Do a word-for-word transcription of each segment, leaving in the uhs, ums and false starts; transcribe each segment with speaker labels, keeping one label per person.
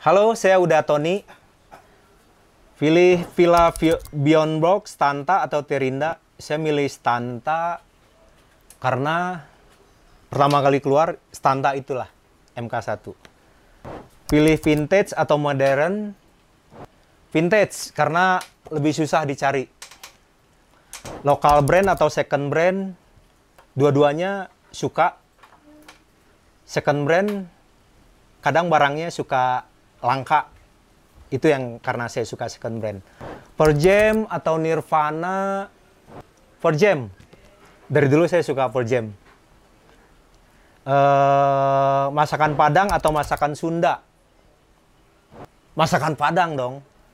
Speaker 1: Halo, saya udah Tony. Pilih Villa Bjornborg, Stanta atau Terinda? Saya milih Stanta karena pertama kali keluar Stanta itulah M K satu. Pilih vintage atau modern? Vintage karena lebih susah dicari. Lokal brand atau second brand? Dua-duanya suka. Second brand kadang barangnya suka langka. Itu yang karena saya suka second brand. Pearl Jam atau Nirvana? Pearl Jam. Dari dulu saya suka Pearl Jam. Uh, masakan Padang atau masakan Sunda? Masakan Padang dong.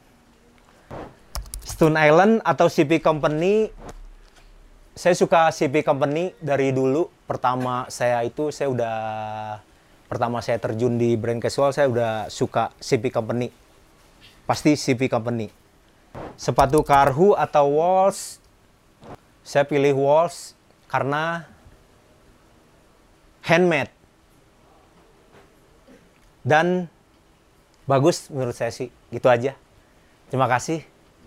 Speaker 1: Stone Island atau C P Company? Saya suka C P Company dari dulu. Pertama saya itu saya udah pertama saya terjun di brand casual, saya udah suka C P Company. Pasti C P Company. Sepatu Karhu atau Walls? Saya pilih Walls karena handmade. Dan bagus menurut saya sih. Gitu aja. Terima kasih.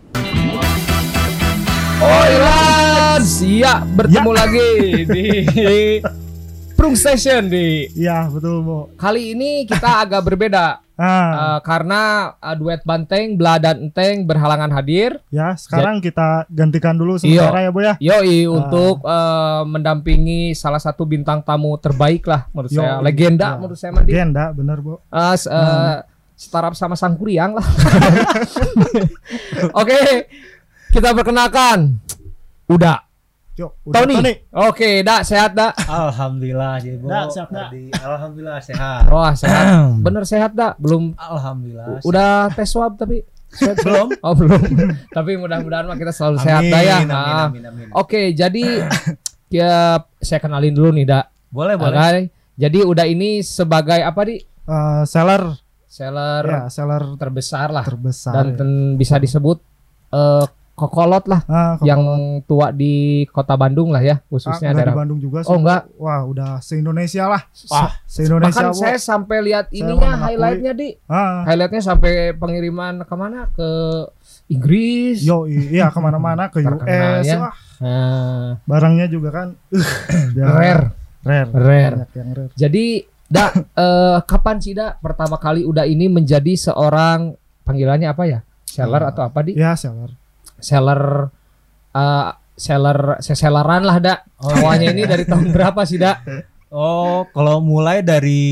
Speaker 2: Oilan, siap bertemu ya. lagi di Prung Station di.
Speaker 3: Iya, betul, Bu.
Speaker 2: Kali ini kita agak berbeda. Ah. Uh, karena uh, duet Banteng, Bla dan Enteng berhalangan hadir.
Speaker 3: Ya, sekarang Jad kita gantikan dulu sementara ya, Bu ya.
Speaker 2: Yoi, uh. untuk uh, mendampingi salah satu bintang tamu terbaik lah menurut Yo, saya. Legenda ya. menurut saya, Mandi.
Speaker 3: Legenda, benar, Bu.
Speaker 2: Uh, uh, nah. Setara sama Sang Kuryang lah. Oke, okay, kita perkenalkan. Udah.
Speaker 3: Yo, udah
Speaker 2: Tony. Tony. Oke, Dak, sehat, Dak?
Speaker 4: Alhamdulillah, Jebo.
Speaker 3: Dak, sehat, Dak.
Speaker 4: Alhamdulillah sehat.
Speaker 2: Wah, sehat. Bener sehat, Dak? Belum.
Speaker 4: Alhamdulillah.
Speaker 2: Udah tes swab tapi
Speaker 4: swab belum?
Speaker 2: Oh, belum. Tapi mudah-mudahan mah kita selalu amin, sehat, Dak ya.
Speaker 4: Amin, amin, amin, amin.
Speaker 2: Oke, jadi ya saya kenalin dulu nih, Dak.
Speaker 4: Boleh, boleh.
Speaker 2: Okay. Jadi udah ini sebagai apa, Di?
Speaker 3: Uh, seller
Speaker 2: seller
Speaker 3: ya, seller
Speaker 2: terbesar lah.
Speaker 3: Terbesar.
Speaker 2: Dan ten, bisa disebut uh, Kokolot lah, ah, kokolot. Yang tua di kota Bandung lah ya, khususnya
Speaker 3: ah,
Speaker 2: daerah
Speaker 3: di Bandung juga.
Speaker 2: Oh enggak,
Speaker 3: wah udah se-Indonesia lah.
Speaker 2: Wah,
Speaker 3: se-Indonesia.
Speaker 2: Bahkan saya sampai lihat ininya highlightnya di, ah. highlightnya sampai pengiriman kemana ke Inggris.
Speaker 3: Yo iya kemana-mana ke U S.
Speaker 2: Ya. Nah.
Speaker 3: Barangnya juga kan
Speaker 2: uh, rare,
Speaker 3: rare,
Speaker 2: rare.
Speaker 3: Yang rare.
Speaker 2: Jadi, Dak, uh, kapan sih Dak pertama kali udah ini menjadi seorang panggilannya apa ya? Seller uh, atau apa di?
Speaker 3: Ya seller.
Speaker 2: Seller uh, seller selleran lah, Dak. Oh, awalnya ini dari tahun berapa sih, Dak?
Speaker 4: Oh, kalau mulai dari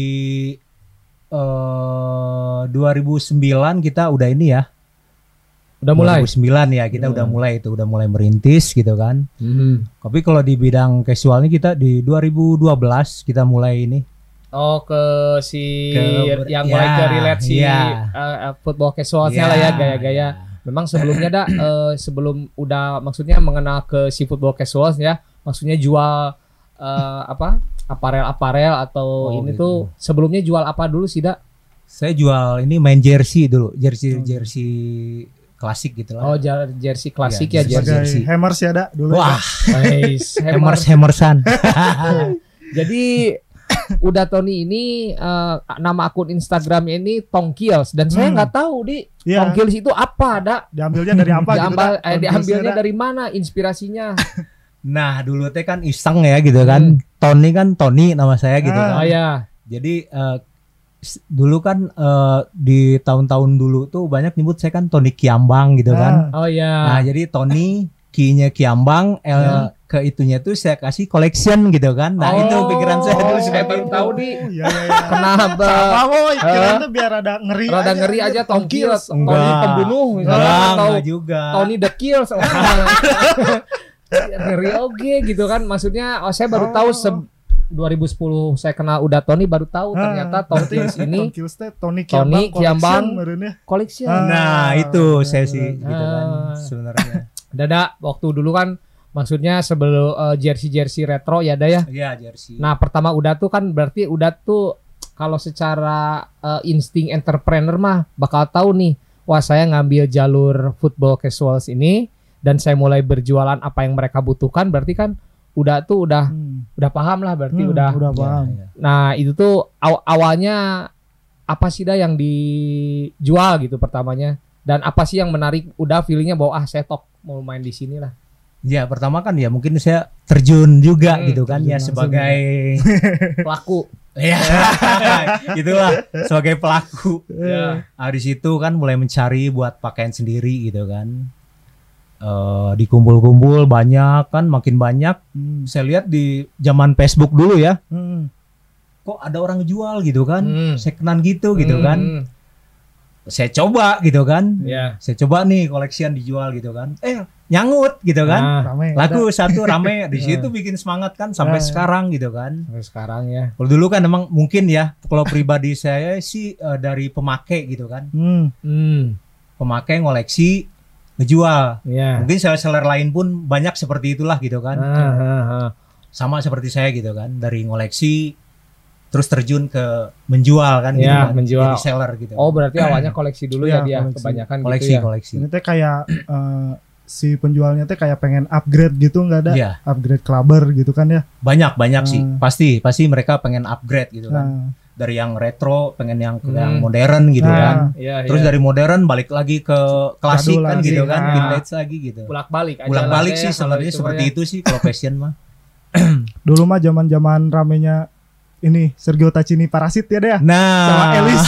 Speaker 4: uh, dua ribu sembilan kita udah ini ya.
Speaker 2: Udah mulai.
Speaker 4: dua ribu sembilan ya, kita hmm. udah mulai itu, udah mulai merintis gitu kan. Hmm. Tapi kalau di bidang casualnya kita di dua ribu dua belas kita mulai ini.
Speaker 2: Oh, ke si ke, yang
Speaker 4: ya,
Speaker 2: mulai ke relate si
Speaker 4: ya.
Speaker 2: uh, football casualnya
Speaker 4: ya,
Speaker 2: lah ya, gaya-gaya. Ya. Memang sebelumnya dah uh, sebelum udah maksudnya mengenal ke si football casual ya, maksudnya jual uh, apa aparel-aparel atau oh, ini gitu. Tuh sebelumnya jual apa dulu sih, Dak?
Speaker 4: Saya jual ini main jersey dulu, jersey jersey klasik gitu lah.
Speaker 2: Oh, jersey klasik ya, ya
Speaker 3: jersey. Hammers ya, Dak, dulu.
Speaker 4: Wah,
Speaker 2: nice.
Speaker 4: Hammers Hammersan.
Speaker 2: Jadi udah Tony ini uh, nama akun Instagramnya ini Tongkils dan hmm. saya nggak tahu di yeah. Tongkils itu apa, Dak?
Speaker 3: Diambilnya dari apa?
Speaker 2: Diambil,
Speaker 3: gitu,
Speaker 2: eh, diambilnya dari mana inspirasinya?
Speaker 4: Nah dulu teh kan iseng ya gitu kan, hmm. Tony kan Tony nama saya gitu ah. kan.
Speaker 2: Oh ya.
Speaker 4: Jadi uh, dulu kan uh, di tahun-tahun dulu tuh banyak nyebut saya kan Tony Kiambang gitu ah. kan.
Speaker 2: Oh ya.
Speaker 4: Nah jadi Tony Ki-nya Kiambang, L yeah. ke itunya tuh saya kasih collection gitu kan. Nah, oh, itu pikiran saya dulu.
Speaker 2: Saya baru tahu di.
Speaker 3: Iya, iya, iya.
Speaker 2: Kenapa?
Speaker 3: Sama boy, pikiran tuh biar ada ngeri.
Speaker 2: Rada aja, ngeri aja Tongkils, Tony pembunuh
Speaker 4: misalnya atau
Speaker 2: juga. Tony the Kills. Ngeri oke gitu kan. Maksudnya oh, saya baru oh. tahu se- dua ribu sepuluh saya kenal udah Tony baru tahu ah, ternyata Tongkils ini
Speaker 3: Tongkils teh Tony Kiambang,
Speaker 2: Tony Kiambang
Speaker 3: collection.
Speaker 2: Ah,
Speaker 4: nah, itu saya sih gitu kan sebenarnya.
Speaker 2: Dada waktu dulu kan maksudnya sebelum uh, jersey-jersey retro ya ada ya.
Speaker 4: Iya, jersey.
Speaker 2: Nah, pertama udah tuh kan berarti udah tuh kalau secara uh, insting entrepreneur mah bakal tahu nih, wah saya ngambil jalur football casuals ini dan saya mulai berjualan apa yang mereka butuhkan, berarti kan udah tuh udah hmm. udah paham lah berarti hmm, udah.
Speaker 3: Udah paham.
Speaker 2: Nah, itu tuh aw- awalnya apa sih dah yang dijual gitu pertamanya, dan apa sih yang menarik udah feelingnya bahwa ah saya tok mau main di sini lah.
Speaker 4: Ya pertama kan ya mungkin saya terjun juga
Speaker 2: Hmm,
Speaker 4: gitu kan
Speaker 3: terjun
Speaker 4: ya
Speaker 3: langsung
Speaker 4: sebagai
Speaker 2: Pelaku.
Speaker 4: ya itulah sebagai pelaku.
Speaker 2: Ya.
Speaker 4: Nah, di situ kan mulai mencari buat pakaian sendiri gitu kan. Eh dikumpul-kumpul banyak kan, makin banyak.
Speaker 3: Hmm.
Speaker 4: Saya lihat di zaman Facebook dulu ya,
Speaker 3: Hmm.
Speaker 4: kok ada orang jual gitu kan,
Speaker 2: Hmm.
Speaker 4: sekenan gitu gitu kan.
Speaker 2: Hmm,
Speaker 4: Saya coba gitu kan.
Speaker 2: Ya.
Speaker 4: Saya coba nih koleksian dijual gitu kan. Eh nyangut gitu kan.
Speaker 2: Nah,
Speaker 3: Rame.
Speaker 4: Laku satu rame di
Speaker 2: Nah.
Speaker 4: situ bikin semangat kan sampai
Speaker 3: Nah.
Speaker 4: sekarang gitu kan.
Speaker 2: sampai sekarang ya.
Speaker 4: Kalau dulu kan emang mungkin ya, kalau pribadi saya sih eh, dari pemakai gitu kan.
Speaker 3: Hmm.
Speaker 2: Hmm.
Speaker 4: Pemakai ngoleksi ngejual.
Speaker 2: Ya.
Speaker 4: Mungkin seller-seller lain pun banyak seperti itulah gitu kan.
Speaker 2: Ah, ah, ah.
Speaker 4: Sama seperti saya gitu kan. Dari ngoleksi terus terjun ke menjual kan gitu
Speaker 2: Ya,
Speaker 4: kan.
Speaker 2: menjual.
Speaker 4: Jadi seller gitu.
Speaker 2: Oh berarti awalnya koleksi dulu ya
Speaker 3: Ya,
Speaker 2: dia
Speaker 3: koleksi.
Speaker 2: kebanyakan
Speaker 4: koleksi
Speaker 2: gitu ya.
Speaker 4: koleksi.
Speaker 3: Ini teh kayak eh, si penjualnya teh kayak pengen upgrade gitu, nggak ada
Speaker 4: Iya,
Speaker 3: upgrade clubber gitu kan ya.
Speaker 4: banyak banyak sih.
Speaker 3: Hmm.
Speaker 4: Pasti pasti mereka pengen upgrade gitu kan.
Speaker 3: Nah,
Speaker 4: Dari yang retro pengen yang ke
Speaker 2: Hmm.
Speaker 4: yang modern gitu
Speaker 3: Nah.
Speaker 4: kan.
Speaker 2: Iya,
Speaker 4: Terus
Speaker 2: iya.
Speaker 4: dari modern balik lagi ke klasik
Speaker 3: Jadul
Speaker 4: kan
Speaker 3: lagi.
Speaker 4: gitu kan,
Speaker 2: Nah.
Speaker 4: vintage lagi gitu.
Speaker 2: Pulak balik aja
Speaker 4: Ulang
Speaker 2: lah
Speaker 4: balik
Speaker 2: deh,
Speaker 4: sih
Speaker 2: kalau
Speaker 4: sebenarnya
Speaker 2: itu
Speaker 4: seperti
Speaker 2: mah ya.
Speaker 4: itu sih kalau fashion mah.
Speaker 3: dulu mah zaman-zaman ramenya ini Sergio Tacchini Parasit ya deh ya.
Speaker 4: Nah,
Speaker 3: Sama Elis.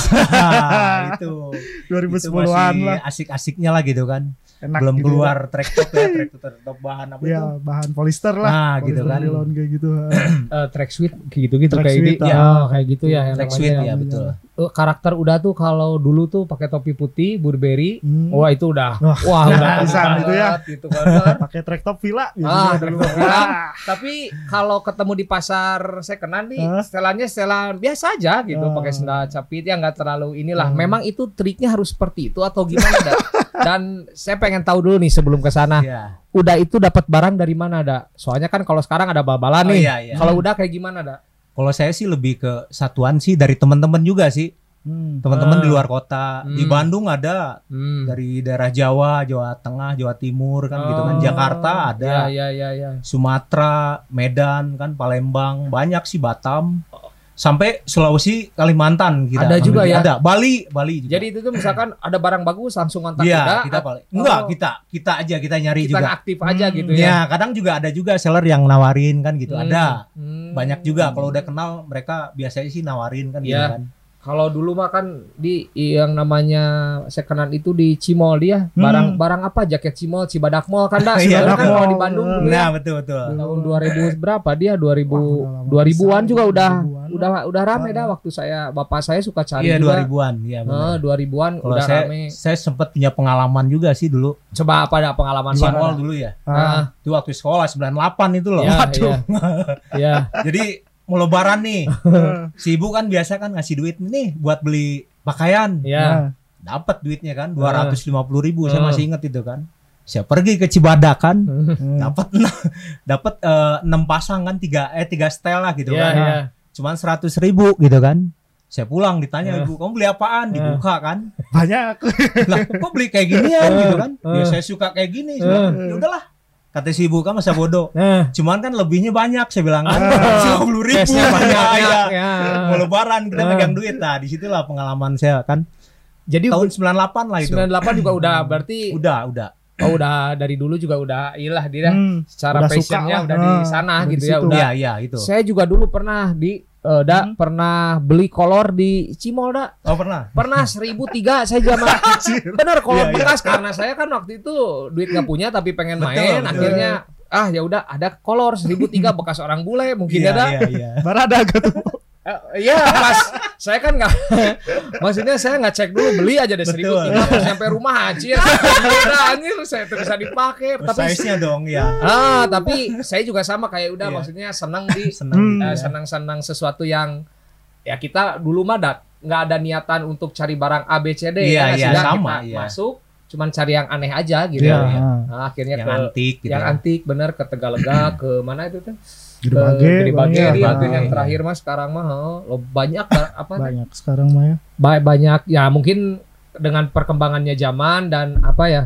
Speaker 4: itu.
Speaker 3: dua ribu
Speaker 4: Itu
Speaker 3: sepuluhan
Speaker 4: masih
Speaker 3: lah.
Speaker 4: asik-asiknya lah gitu kan.
Speaker 3: Enak
Speaker 4: Belum
Speaker 3: gitu
Speaker 4: keluar track top ya, track top bahan apa
Speaker 3: ya.
Speaker 4: itu.
Speaker 3: Ya, bahan polyester lah.
Speaker 4: Nah, gitu
Speaker 3: Polyester
Speaker 4: kan.
Speaker 3: nylon kayak gitu.
Speaker 2: Eh, track suite kayak gitu-gitu
Speaker 3: Track
Speaker 2: kayak
Speaker 3: suite,
Speaker 2: gitu.
Speaker 3: ah.
Speaker 2: Oh, kayak gitu ya yang
Speaker 4: Track
Speaker 2: namanya.
Speaker 4: suite ya
Speaker 3: Iya.
Speaker 4: betul.
Speaker 2: Eh, karakter udah tuh kalau dulu tuh pakai topi putih, Burberry.
Speaker 3: Hmm.
Speaker 2: Wah, itu udah.
Speaker 3: Wah,
Speaker 2: Wah, udah
Speaker 3: bisa
Speaker 2: banget
Speaker 3: itu ya.
Speaker 2: Gitu kan.
Speaker 3: Pakai track top Villa
Speaker 2: Ah,
Speaker 3: biasanya
Speaker 2: track
Speaker 3: dulu.
Speaker 2: top Villa.
Speaker 3: Ah.
Speaker 2: Tapi kalau ketemu di pasar sekenan nih,
Speaker 3: Hah?
Speaker 2: setelannya setelan biasa aja gitu,
Speaker 3: Ah.
Speaker 2: pakai sendal capit ya nggak terlalu inilah.
Speaker 3: Hmm.
Speaker 2: Memang itu triknya harus seperti itu atau gimana, Da? Dan saya pengen tahu dulu nih sebelum ke sana.
Speaker 4: Iya.
Speaker 2: Udah itu dapat barang dari mana, Da? Soalnya kan kalau sekarang ada bal-balan
Speaker 4: Oh,
Speaker 2: nih.
Speaker 4: iya, iya.
Speaker 2: Kalau udah kayak gimana, Da?
Speaker 4: Kalau saya sih lebih ke satuan sih dari teman-teman juga sih.
Speaker 3: Hmm.
Speaker 4: Teman-teman
Speaker 2: Ah.
Speaker 4: di luar kota. Di
Speaker 2: Hmm.
Speaker 4: Bandung ada,
Speaker 2: Hmm.
Speaker 4: dari daerah Jawa, Jawa Tengah, Jawa Timur kan gitu kan.
Speaker 2: Oh,
Speaker 4: Jakarta ada.
Speaker 2: Ya, ya, ya, ya.
Speaker 4: Sumatera, Medan kan, Palembang, banyak sih, Batam, sampai Sulawesi, Kalimantan kita.
Speaker 2: Ada juga ya?
Speaker 4: Ada, Bali, Bali juga.
Speaker 2: Jadi itu tuh misalkan ada barang bagus langsung kontak
Speaker 4: Iya,
Speaker 2: kita.
Speaker 4: kita paling enggak,
Speaker 2: Oh.
Speaker 4: kita kita aja kita nyari
Speaker 2: kita
Speaker 4: juga.
Speaker 2: aktif aja
Speaker 3: Hmm.
Speaker 2: gitu
Speaker 4: Ya,
Speaker 2: ya.
Speaker 4: kadang juga ada juga seller yang nawarin kan gitu.
Speaker 2: Hmm.
Speaker 4: Ada.
Speaker 2: Hmm.
Speaker 4: Banyak juga kalau udah kenal mereka biasanya sih nawarin kan gitu
Speaker 2: Iya.
Speaker 4: kan.
Speaker 2: Kalau dulu mah kan di yang namanya sekenan itu di Cimol dia
Speaker 3: Hmm.
Speaker 2: barang barang apa jaket Cimol Cibadak Mall kan dah
Speaker 4: Iya,
Speaker 2: sebenarnya kan
Speaker 3: Cibadak
Speaker 2: kalau di
Speaker 3: Mall.
Speaker 2: Bandung dulu ya.
Speaker 4: Nah, betul betul.
Speaker 2: Tahun dua ribu berapa dia dua ribu
Speaker 3: Wah, udah lama
Speaker 2: dua ribuan
Speaker 3: pisan,
Speaker 2: juga udah
Speaker 3: dua ribuan
Speaker 2: udah udah rame
Speaker 3: Ah.
Speaker 2: dah waktu saya bapak saya suka cari
Speaker 4: Iya,
Speaker 2: juga.
Speaker 4: dua ribuan, iya
Speaker 2: Eh,
Speaker 4: benar.
Speaker 2: dua ribuan
Speaker 4: Kalau
Speaker 2: udah
Speaker 4: saya
Speaker 2: rame.
Speaker 4: saya sempat punya pengalaman juga sih dulu.
Speaker 2: Coba apa ada pengalaman
Speaker 4: Di
Speaker 2: mana?
Speaker 4: mall
Speaker 2: dah?
Speaker 4: dulu ya.
Speaker 3: Ah.
Speaker 2: Ah,
Speaker 4: Itu waktu sekolah sembilan puluh delapan itu loh.
Speaker 2: iya,
Speaker 4: Waduh.
Speaker 2: iya. Iya.
Speaker 4: Jadi mau lebaran nih. Si ibu kan biasa kan ngasih duit nih buat beli pakaian.
Speaker 2: Iya.
Speaker 4: Dapat duitnya kan dua ratus lima puluh ribu, saya
Speaker 2: Hmm.
Speaker 4: masih ingat itu kan. Saya pergi ke Cibadak kan,
Speaker 3: Hmm.
Speaker 4: dapat dapat enam pasang kan, tiga eh tiga setel lah gitu
Speaker 2: Iya,
Speaker 4: kan.
Speaker 2: iya.
Speaker 4: Cuman seratus ribu gitu kan. Saya pulang ditanya
Speaker 2: Ya.
Speaker 4: ibu, kamu beli apaan? Dibuka kan.
Speaker 3: Banyak.
Speaker 4: Lah, kok beli kayak ginian gitu kan? Ya
Speaker 2: Eh.
Speaker 4: saya suka kayak gini.
Speaker 2: Eh.
Speaker 4: Ya udahlah. Kata si ibu kan masa bodoh.
Speaker 2: Nah,
Speaker 4: Cuman kan lebihnya banyak, saya bilang kan.
Speaker 3: Ah.
Speaker 4: lima puluh ribu.
Speaker 2: cashnya banyak
Speaker 4: Iya.
Speaker 2: ya.
Speaker 4: Mau lebaran kita
Speaker 2: Ah.
Speaker 4: pegang duit. Nah, disitulah pengalaman saya kan.
Speaker 2: Jadi
Speaker 4: Tahun sembilan puluh delapan lah itu.
Speaker 2: sembilan puluh delapan juga udah berarti
Speaker 4: Udah, udah.
Speaker 2: oh udah dari dulu juga udah iyalah dia
Speaker 3: Hmm.
Speaker 2: secara
Speaker 3: Udah suka
Speaker 2: passionnya
Speaker 3: lah.
Speaker 2: udah di
Speaker 3: Ah,
Speaker 2: sana
Speaker 3: udah
Speaker 2: gitu
Speaker 3: di
Speaker 2: ya
Speaker 3: situ.
Speaker 2: udah.
Speaker 4: Iya, iya itu.
Speaker 2: Saya juga dulu pernah di eh, da,
Speaker 3: Hmm.
Speaker 2: pernah beli kolor di Cimol da.
Speaker 4: Oh, pernah.
Speaker 2: Pernah seribu tiga saya zaman bener kolor
Speaker 4: Iya, iya.
Speaker 2: bekas karena saya kan waktu itu duit nggak punya tapi pengen
Speaker 4: Betul,
Speaker 2: main
Speaker 4: betul.
Speaker 2: akhirnya ah ya udah ada kolor seribu tiga bekas orang bule mungkin
Speaker 4: Iya,
Speaker 2: ada.
Speaker 4: iya, iya.
Speaker 3: Barada gitu.
Speaker 2: Eh, Iya pas saya kan nggak maksudnya saya nggak cek dulu beli aja deh seribu
Speaker 4: Betul,
Speaker 2: tiga
Speaker 4: iya.
Speaker 2: pas nyampe rumah anjir udah anjir saya tuh bisa dipakai tapi
Speaker 4: Size-nya dong ya.
Speaker 2: ah tapi saya juga sama kayak udah
Speaker 4: Iya.
Speaker 2: maksudnya senang di
Speaker 4: Senang.
Speaker 3: Hmm.
Speaker 2: eh,
Speaker 4: ya.
Speaker 2: senang-senang sesuatu yang ya kita dulu mah da- nggak ada niatan untuk cari barang A B C D
Speaker 4: Iya,
Speaker 2: ya,
Speaker 4: iya,
Speaker 2: sehingga
Speaker 4: sama,
Speaker 2: kita
Speaker 4: iya.
Speaker 2: masuk cuman cari yang aneh aja gitu
Speaker 3: Iya.
Speaker 2: ya. Nah, akhirnya
Speaker 4: Yang
Speaker 2: ke
Speaker 4: antik gitu.
Speaker 2: yang
Speaker 4: ya.
Speaker 2: antik bener ke Tegalega ke mana itu tuh
Speaker 3: Gede
Speaker 2: ke
Speaker 3: Bage,
Speaker 2: Gede Bage
Speaker 3: banyak.
Speaker 2: dia
Speaker 4: Bage,
Speaker 2: yang
Speaker 4: iya.
Speaker 2: terakhir mah sekarang mah oh, lo banyak ba- apa tuh?
Speaker 3: Banyak sekarang mah ya.
Speaker 2: Ba- banyak ya mungkin dengan perkembangannya zaman dan apa ya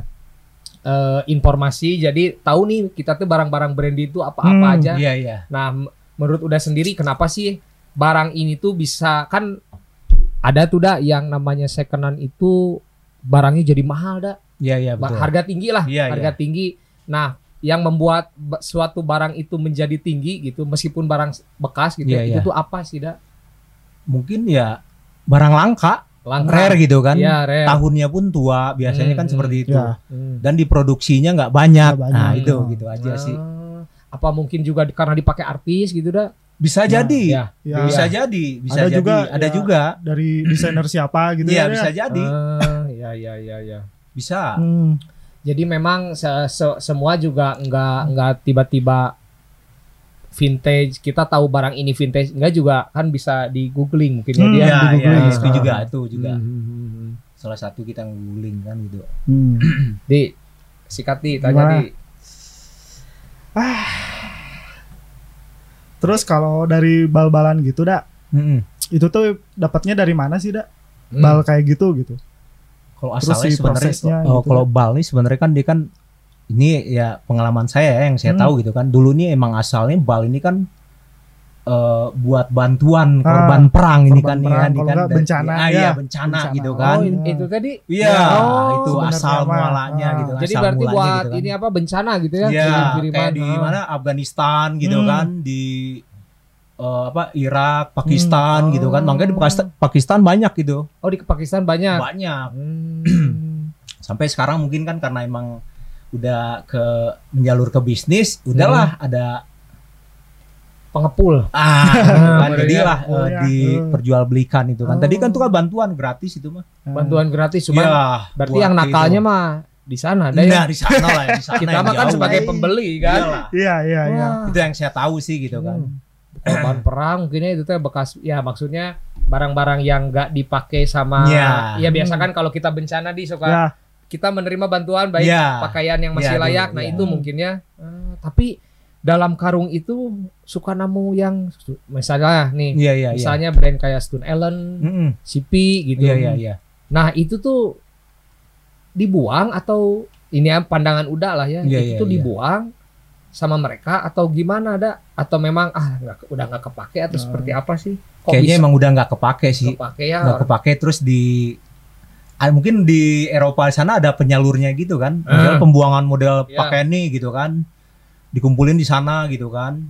Speaker 2: eh, informasi jadi tahu nih kita tuh barang-barang branded itu apa-apa
Speaker 3: Hmm,
Speaker 2: aja.
Speaker 4: Iya, iya.
Speaker 2: Nah m- menurut udah sendiri kenapa sih barang ini tuh bisa kan ada tuh dah yang namanya secondan itu barangnya jadi mahal dah.
Speaker 4: Iya iya
Speaker 2: Ba-
Speaker 4: betul.
Speaker 2: Harga tinggi lah,
Speaker 4: Iya,
Speaker 2: harga
Speaker 4: iya.
Speaker 2: tinggi. Nah, yang membuat ba- suatu barang itu menjadi tinggi gitu, meskipun barang bekas gitu,
Speaker 4: Iya,
Speaker 2: ya, itu
Speaker 4: iya.
Speaker 2: tuh apa sih dah?
Speaker 4: Mungkin ya barang langka,
Speaker 2: Langka.
Speaker 4: rare gitu kan.
Speaker 2: Iya, rare.
Speaker 4: Tahunnya pun tua, biasanya kan
Speaker 2: Hmm,
Speaker 4: seperti itu.
Speaker 3: Ya.
Speaker 2: Hmm.
Speaker 4: Dan diproduksinya nggak banyak.
Speaker 3: Nggak banyak.
Speaker 4: Nah, itu
Speaker 3: Hmm.
Speaker 4: gitu aja sih.
Speaker 2: Ah, apa mungkin juga di- karena dipakai artis gitu dah?
Speaker 4: Bisa
Speaker 3: Nah,
Speaker 4: jadi.
Speaker 2: Ya.
Speaker 3: Ya,
Speaker 4: Bisa jadi, bisa
Speaker 3: Ada
Speaker 4: jadi.
Speaker 3: juga,
Speaker 4: ada
Speaker 3: ya.
Speaker 4: juga.
Speaker 3: dari desainer siapa gitu
Speaker 4: Iya,
Speaker 3: ya.
Speaker 4: bisa
Speaker 3: ya.
Speaker 4: jadi.
Speaker 2: Ah, ya ya ya ya.
Speaker 4: Bisa.
Speaker 3: Hmm.
Speaker 2: Jadi memang se- se- semua juga nggak nggak tiba-tiba vintage. Kita tahu barang ini vintage, enggak juga kan bisa di googling mungkin ya
Speaker 3: Hmm,
Speaker 2: dia.
Speaker 4: Iya,
Speaker 3: di
Speaker 4: iya,
Speaker 3: googling.
Speaker 4: itu
Speaker 2: Ah.
Speaker 4: juga, itu juga.
Speaker 2: Hmm, hmm, hmm, hmm.
Speaker 4: Salah satu kita googling kan gitu.
Speaker 3: Hmm.
Speaker 2: Di sikat di tanya
Speaker 3: Gimana?
Speaker 2: di.
Speaker 3: Terus kalau dari bal-balan gitu dak,
Speaker 4: Mm-mm.
Speaker 3: itu tuh dapatnya dari mana sih dak?
Speaker 2: Hmm.
Speaker 3: Bal kayak gitu gitu.
Speaker 4: Kalau
Speaker 3: Terus
Speaker 4: asalnya
Speaker 3: si
Speaker 4: sebenarnya
Speaker 3: prosesnya
Speaker 4: oh,
Speaker 3: gitu
Speaker 4: kalau
Speaker 3: kan.
Speaker 4: bal nih sebenarnya kan dia kan ini ya pengalaman saya ya, yang saya
Speaker 3: Hmm.
Speaker 4: tahu gitu kan. Dulu nih emang asalnya bal ini kan eh, buat bantuan
Speaker 3: Ah,
Speaker 4: korban perang ini
Speaker 3: korban
Speaker 4: kan
Speaker 3: perang,
Speaker 4: ya kan
Speaker 3: kalau
Speaker 4: dari-
Speaker 3: nggak bencana,
Speaker 4: ah,
Speaker 3: ya.
Speaker 4: iya bencana,
Speaker 3: Bencana.
Speaker 4: gitu
Speaker 2: Oh,
Speaker 4: kan.
Speaker 2: in- itu tadi.
Speaker 4: Iya,
Speaker 2: Oh,
Speaker 4: itu
Speaker 3: sebenarnya
Speaker 4: asal
Speaker 3: mah.
Speaker 4: mualanya
Speaker 3: Ah.
Speaker 4: gitu.
Speaker 2: Jadi
Speaker 4: asal
Speaker 2: berarti
Speaker 4: mulanya
Speaker 2: buat
Speaker 4: gitu kan.
Speaker 2: ini apa bencana gitu ya?
Speaker 4: Iya,
Speaker 2: kirim-kiriman.
Speaker 4: kayak di
Speaker 2: Ah.
Speaker 4: mana Afghanistan gitu
Speaker 3: Hmm.
Speaker 4: kan, di eh, apa Irak, Pakistan
Speaker 2: Hmm.
Speaker 4: gitu kan. Makanya di
Speaker 2: Oh.
Speaker 4: Pakistan, Pakistan banyak gitu.
Speaker 2: Oh di Pakistan banyak.
Speaker 4: Banyak.
Speaker 2: Hmm.
Speaker 4: Sampai sekarang mungkin kan karena emang udah ke menjalur ke bisnis, udahlah ada
Speaker 2: Pengepul.
Speaker 4: ah gitu kan.
Speaker 2: bener
Speaker 4: Jadilah
Speaker 3: ya. Oh,
Speaker 4: eh,
Speaker 3: ya.
Speaker 4: diperjualbelikan itu kan. Tadi kan
Speaker 2: Oh.
Speaker 4: tuh kan bantuan gratis itu mah.
Speaker 2: Bantuan gratis cuman
Speaker 4: Iya,
Speaker 2: berarti
Speaker 4: buat
Speaker 2: yang nakalnya
Speaker 4: itu.
Speaker 2: mah di sana ada
Speaker 4: Nah,
Speaker 2: ya.
Speaker 4: di sana lah ya, di sana
Speaker 2: Kita
Speaker 4: yang
Speaker 2: mah kan
Speaker 4: jauh.
Speaker 2: sebagai pembeli kan.
Speaker 4: Iyalah.
Speaker 3: Iya iya iya.
Speaker 2: Wah.
Speaker 4: Itu yang saya tahu sih gitu kan.
Speaker 2: Hmm. Korban perang mungkin ya itu teh bekas ya maksudnya barang-barang yang nggak dipakai sama
Speaker 4: Ya.
Speaker 2: ya biasa kan kalau kita bencana di suka
Speaker 3: Ya.
Speaker 2: kita menerima bantuan baik
Speaker 4: Ya.
Speaker 2: pakaian yang masih
Speaker 4: Ya,
Speaker 2: layak
Speaker 4: dulu,
Speaker 2: nah
Speaker 4: ya.
Speaker 2: itu mungkin ya. Eh, tapi dalam karung itu suka nemu yang misalnya nih
Speaker 4: Iya, iya, iya.
Speaker 2: misalnya brand kayak Stone Island,
Speaker 4: Mm-mm.
Speaker 2: C P gitu.
Speaker 4: Iya, iya, iya.
Speaker 2: Nah itu tuh dibuang atau ini ya pandangan udah lah ya
Speaker 4: Iya,
Speaker 2: itu
Speaker 4: iya,
Speaker 2: tuh
Speaker 4: iya.
Speaker 2: dibuang sama mereka atau gimana ada atau memang ah nggak udah nggak kepake atau
Speaker 3: Nah.
Speaker 2: seperti apa sih? Kok
Speaker 4: Kayaknya
Speaker 2: bisa
Speaker 4: emang udah nggak kepake sih.
Speaker 2: kepake ya?
Speaker 4: Nggak kepake terus di ah, mungkin di Eropa sana ada penyalurnya gitu kan. Model
Speaker 2: Ah.
Speaker 4: pembuangan model
Speaker 2: Iya.
Speaker 4: pakaian nih gitu kan. Dikumpulin di sana gitu kan.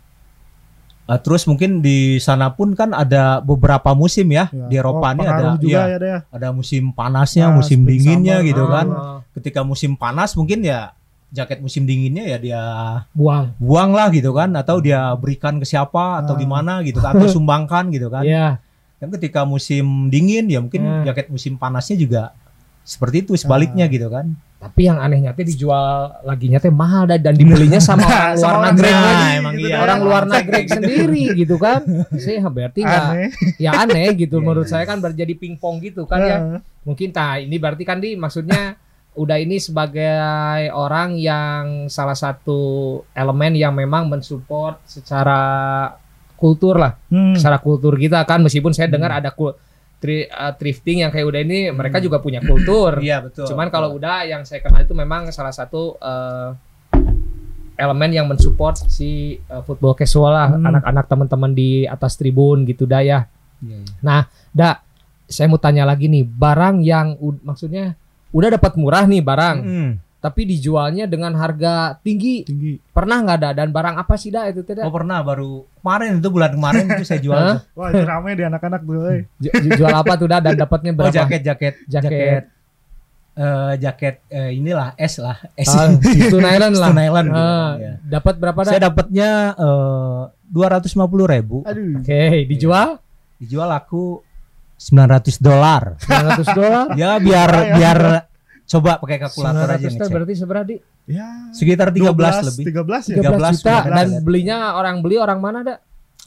Speaker 4: Eh, terus mungkin di sana pun kan ada beberapa musim ya.
Speaker 3: Ya.
Speaker 4: Di Eropa
Speaker 3: Oh,
Speaker 4: nih ada
Speaker 3: pengaruh juga
Speaker 4: iya,
Speaker 3: ya deh.
Speaker 4: ada musim panasnya,
Speaker 3: Ah,
Speaker 4: musim
Speaker 3: spring
Speaker 4: dinginnya
Speaker 3: summer.
Speaker 4: gitu kan.
Speaker 2: Ah,
Speaker 4: Ketika musim panas mungkin ya jaket musim dinginnya ya dia
Speaker 2: buang.
Speaker 4: buang lah gitu kan, atau dia berikan ke siapa atau
Speaker 3: Ah.
Speaker 4: gimana gitu atau sumbangkan gitu kan.
Speaker 2: Iya.
Speaker 4: Kan ketika musim dingin ya mungkin
Speaker 2: Hmm.
Speaker 4: jaket musim panasnya juga seperti itu sebaliknya
Speaker 3: Ah.
Speaker 4: gitu kan.
Speaker 2: Tapi yang anehnya teh dijual laginya teh mahal dan, dan dibelinya sama orang luar
Speaker 3: Sama
Speaker 2: negeri.
Speaker 3: orang
Speaker 2: lagi.
Speaker 3: negeri
Speaker 4: emang
Speaker 3: gitu
Speaker 4: iya.
Speaker 3: dah.
Speaker 2: Orang luar
Speaker 4: Gitu.
Speaker 2: negeri sendiri gitu kan. Saya berarti nggak
Speaker 3: Aneh.
Speaker 2: ya aneh gitu
Speaker 4: Iya,
Speaker 2: menurut
Speaker 4: iya.
Speaker 2: saya kan berjadi pingpong gitu kan ya.
Speaker 3: Ah.
Speaker 2: Mungkin tak ini berarti kan di maksudnya udah ini sebagai orang yang salah satu elemen yang memang mensupport secara kultur lah,
Speaker 3: Hmm.
Speaker 2: secara kultur kita kan meskipun saya dengar
Speaker 4: Hmm.
Speaker 2: ada kul- tri- uh, thrifting yang kayak udah ini mereka juga punya kultur.
Speaker 4: Iya betul.
Speaker 2: Cuman kalau udah yang saya kenal itu memang salah satu uh, elemen yang mensupport si uh, football casual lah,
Speaker 3: Hmm.
Speaker 2: anak-anak teman-teman di atas tribun gitu dah ya.
Speaker 4: Iya, iya.
Speaker 2: Nah, dah saya mau tanya lagi nih, barang yang ud- maksudnya udah dapat murah nih barang,
Speaker 4: Mm.
Speaker 2: tapi dijualnya dengan harga tinggi.
Speaker 3: Tinggi.
Speaker 2: Pernah nggak ada? Dan barang apa sih dah itu tidak?
Speaker 4: Oh pernah baru kemarin itu bulan kemarin itu saya jual.
Speaker 2: Hah?
Speaker 4: tuh.
Speaker 3: Wah itu rame di anak-anak tuh. eh.
Speaker 2: Ju- ju- jual apa tuh dah dan dapatnya
Speaker 4: Oh
Speaker 2: berapa?
Speaker 4: jaket jaket
Speaker 2: Jaket.
Speaker 4: jaket eh, jaket eh, inilah S lah S.
Speaker 2: Ah, Stone Island lah.
Speaker 4: Stone Island gitu
Speaker 2: Ah,
Speaker 4: kan, ya.
Speaker 2: Dapat berapa dah?
Speaker 4: Saya dapatnya eh, dua ratus lima puluh ribu.
Speaker 3: Aduh.
Speaker 2: Oke, dijual
Speaker 4: Dijual aku sembilan ratus dolar.
Speaker 2: sembilan ratus dolar.
Speaker 4: Ya biar
Speaker 3: Ya.
Speaker 4: biar coba pakai kalkulator aja
Speaker 2: sembilan ratus dolar
Speaker 4: ngecek.
Speaker 2: berarti seberapa di?
Speaker 3: Ya.
Speaker 4: Sekitar tiga belas lebih.
Speaker 3: tiga belas ya.
Speaker 2: tiga belas juta
Speaker 4: tiga belas,
Speaker 2: dan
Speaker 4: ya.
Speaker 2: belinya orang beli orang mana dah?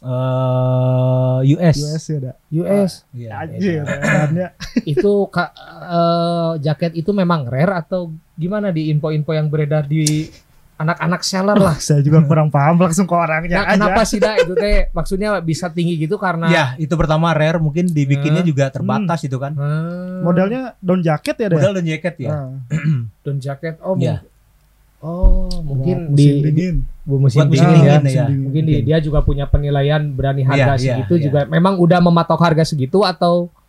Speaker 4: Eh, U S.
Speaker 3: U S ya dah.
Speaker 2: U S.
Speaker 4: Iya.
Speaker 3: Anjir. Bahannya.
Speaker 2: Itu ka- eh, jaket itu memang rare atau gimana di info-info yang beredar di anak-anak seller lah?
Speaker 3: Saya juga kurang paham langsung ke orangnya
Speaker 2: Nah,
Speaker 3: aja.
Speaker 2: kenapa sih dah itu teh maksudnya bisa tinggi gitu karena
Speaker 4: Ya, itu pertama rare mungkin dibikinnya
Speaker 2: Hmm.
Speaker 4: juga terbatas itu kan.
Speaker 2: Hmm,
Speaker 3: Modelnya down jacket ya deh.
Speaker 4: Model dan jaket ya.
Speaker 3: Ah,
Speaker 2: down jacket oh
Speaker 4: Ya.
Speaker 2: mungkin oh mungkin
Speaker 3: buat
Speaker 2: di,
Speaker 3: musim
Speaker 2: di
Speaker 3: dingin.
Speaker 2: bu- musim
Speaker 4: Buat musim
Speaker 2: dingin ya
Speaker 4: dingin ya.
Speaker 2: mungkin di- dia juga punya penilaian berani harga
Speaker 4: Iya, iya,
Speaker 2: segitu
Speaker 4: iya.
Speaker 2: juga memang udah mematok harga segitu atau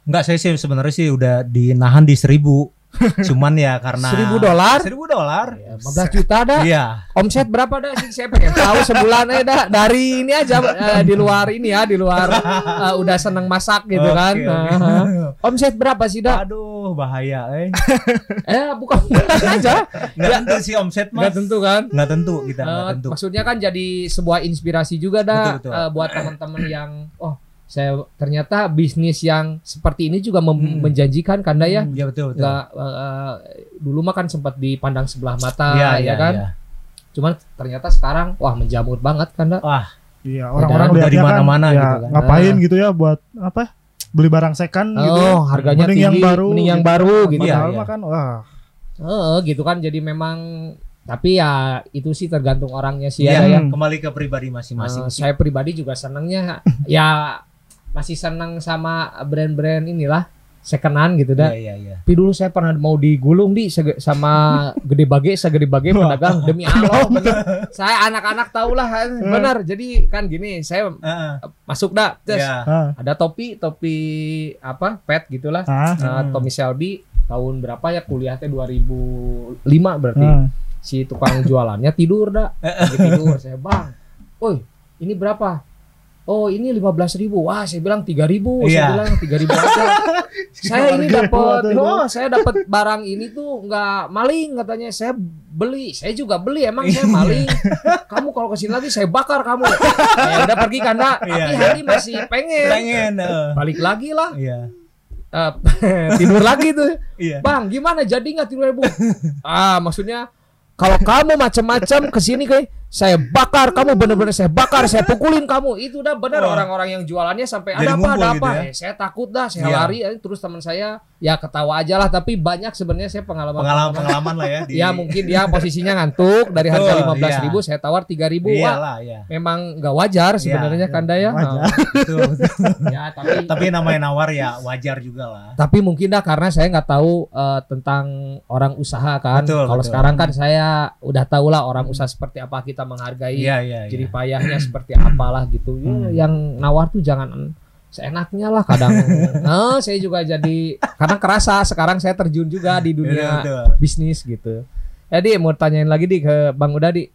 Speaker 4: Enggak, saya sih sebenarnya sih udah dinahan di seribu. Cuman ya karena
Speaker 2: Seribu dolar?
Speaker 4: Seribu dolar.
Speaker 2: lima belas juta dah.
Speaker 4: Iya.
Speaker 2: Omset berapa dah sih? Saya pengen tahu sebulan aja dah. Dari ini aja eh, di luar ini ya, di luar eh, udah seneng masak gitu
Speaker 4: Oke,
Speaker 2: kan.
Speaker 4: oke.
Speaker 2: Nah, omset berapa sih dah?
Speaker 4: Aduh, bahaya, eh.
Speaker 2: Eh bukan bukan aja.
Speaker 4: Nggak tentu sih omset mas.
Speaker 2: Nggak tentu kan?
Speaker 4: Nggak tentu kita nggak
Speaker 2: Eh,
Speaker 4: tentu.
Speaker 2: maksudnya kan jadi sebuah inspirasi juga dah
Speaker 4: Betul, betul.
Speaker 2: eh, buat teman-teman yang oh saya ternyata bisnis yang seperti ini juga mem-
Speaker 4: Hmm.
Speaker 2: menjanjikan kan dah ya.
Speaker 4: Iya betul betul.
Speaker 2: Nggak, eh, dulu mah kan sempat dipandang sebelah mata
Speaker 4: Iya,
Speaker 2: ya
Speaker 4: iya,
Speaker 2: kan.
Speaker 4: iya.
Speaker 2: Cuman ternyata sekarang wah menjamur banget kan dah.
Speaker 4: Wah,
Speaker 3: Iya, orang-orang
Speaker 4: udah
Speaker 3: lihatnya
Speaker 4: di mana-mana
Speaker 3: kan, ya,
Speaker 4: gitu kan.
Speaker 3: ngapain
Speaker 2: Nah.
Speaker 3: gitu ya buat apa? Beli barang second gitu.
Speaker 2: Oh, harganya
Speaker 3: Mending
Speaker 2: tinggi,
Speaker 3: yang baru,
Speaker 2: mending yang
Speaker 3: gitu.
Speaker 2: baru gitu.
Speaker 4: Iya,
Speaker 3: Padahal
Speaker 4: iya.
Speaker 3: mah kan wah.
Speaker 2: Eh, gitu kan jadi memang tapi ya itu sih tergantung orangnya sih
Speaker 4: iya,
Speaker 2: ya. ya.
Speaker 4: kembali ke pribadi masing-masing.
Speaker 2: Eh, saya pribadi juga senangnya ya masih senang sama brand-brand inilah secondan gitu dah.
Speaker 4: Iya, iya, iya.
Speaker 2: Tapi dulu saya pernah mau digulung di sege- sama gede bage, segede bage pedagang demi Allah. Bener. Saya anak-anak tahu lah, benar. Jadi kan gini, saya
Speaker 4: Heeh.
Speaker 2: masuk dah, terus
Speaker 4: Iya.
Speaker 3: Ah,
Speaker 2: ada topi, topi apa, pet gitulah.
Speaker 3: ah,
Speaker 2: Nah, Tommy Shelby tahun berapa ya kuliahnya dua ribu lima berarti.
Speaker 3: ah.
Speaker 2: Si tukang jualannya tidur dah, lagi tidur. Saya bang, oi ini berapa? Oh ini lima belas ribu. Wah saya bilang tiga ribu.
Speaker 4: Iya.
Speaker 2: Saya bilang tiga ribu aja. Saya ini
Speaker 3: Harga
Speaker 2: dapat,
Speaker 3: itu.
Speaker 2: oh saya dapat barang ini tuh nggak maling katanya. Saya beli, saya juga beli. Emang saya maling. Kamu kalau kesini lagi saya bakar kamu. Ya udah pergi kan dak.
Speaker 4: Iya,
Speaker 2: Tapi
Speaker 4: iya.
Speaker 2: Hari masih pengen.
Speaker 4: Pengen. eh.
Speaker 2: Balik lagi lah.
Speaker 4: Iya.
Speaker 2: Eh, tidur lagi tuh.
Speaker 4: Iya.
Speaker 2: Bang, gimana jadi nggak tidur ribu? Ah, maksudnya kalau kamu macam-macam kesini kayak saya bakar kamu bener-bener saya bakar saya pukulin kamu itu udah benar
Speaker 4: Wah.
Speaker 2: orang-orang yang jualannya sampai
Speaker 4: Jadi
Speaker 2: ada apa
Speaker 4: ngumpul
Speaker 2: ada
Speaker 4: gitu
Speaker 2: apa
Speaker 4: ya?
Speaker 2: Eh, saya takut dah saya
Speaker 4: Iya.
Speaker 2: lari eh, terus teman saya ya ketawa aja lah tapi banyak sebenarnya saya pengalaman
Speaker 4: Pengalaman-pengalaman lah ya. Di...
Speaker 2: ya mungkin dia posisinya ngantuk dari harga
Speaker 4: Betul,
Speaker 2: lima belas ribu
Speaker 4: iya.
Speaker 2: saya tawar tiga ribu wah
Speaker 4: Iyalah, ya.
Speaker 2: memang nggak wajar sebenarnya
Speaker 3: iya,
Speaker 2: Kanda ya
Speaker 3: wajar.
Speaker 2: Oh,
Speaker 4: Betul, betul.
Speaker 2: ya tapi
Speaker 4: Tapi namanya nawar ya wajar juga lah.
Speaker 2: tapi mungkin dah karena saya nggak tahu eh, tentang orang usaha kan.
Speaker 4: Betul,
Speaker 2: Kalau
Speaker 4: betul.
Speaker 2: sekarang kan saya udah tahu lah orang usaha seperti apa kita menghargai
Speaker 4: Iya, iya,
Speaker 2: jerih
Speaker 4: iya.
Speaker 2: payahnya seperti apalah gitu. Ya,
Speaker 3: Hmm.
Speaker 2: yang nawar tuh jangan seenaknya lah kadang. Nah, saya juga jadi karena kerasa sekarang saya terjun juga di dunia
Speaker 4: Betul, betul.
Speaker 2: bisnis gitu. Jadi mau tanyain lagi di ke Bang Udadi.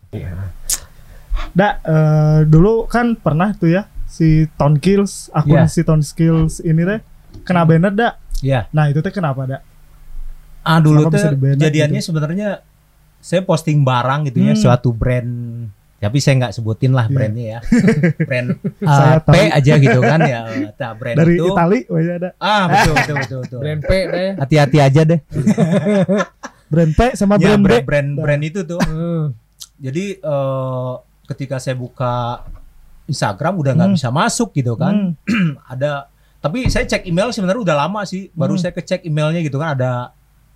Speaker 3: Da, eh, dulu kan pernah tuh ya si Ton Kills, akun
Speaker 4: Iya.
Speaker 3: si Ton Kills ini teh kena banner dak.
Speaker 4: Iya.
Speaker 3: Nah, itu teh kenapa dak?
Speaker 4: Ah dulu
Speaker 3: Kenapa bisa
Speaker 4: tuh
Speaker 3: di-ban
Speaker 4: kejadiannya
Speaker 3: gitu?
Speaker 4: sebenarnya saya posting barang gitu ya
Speaker 3: Hmm.
Speaker 4: suatu brand tapi saya nggak sebutin lah
Speaker 3: Iya.
Speaker 4: brandnya ya brand
Speaker 3: Saya
Speaker 4: uh, P
Speaker 3: tahu.
Speaker 4: aja gitu kan ya nah, brand
Speaker 3: Dari
Speaker 4: itu
Speaker 3: Itali wajah ada.
Speaker 4: ah betul betul betul, betul.
Speaker 2: Brand P deh.
Speaker 4: hati-hati aja deh
Speaker 3: Brand P sama
Speaker 4: ya
Speaker 3: brand B.
Speaker 4: brand brand, brand itu tuh
Speaker 2: Hmm.
Speaker 4: jadi eh, ketika saya buka Instagram udah nggak
Speaker 3: Hmm.
Speaker 4: bisa masuk gitu kan
Speaker 3: Hmm.
Speaker 4: ada tapi saya cek email sebenarnya udah lama sih baru
Speaker 3: Hmm.
Speaker 4: saya kecek emailnya gitu kan ada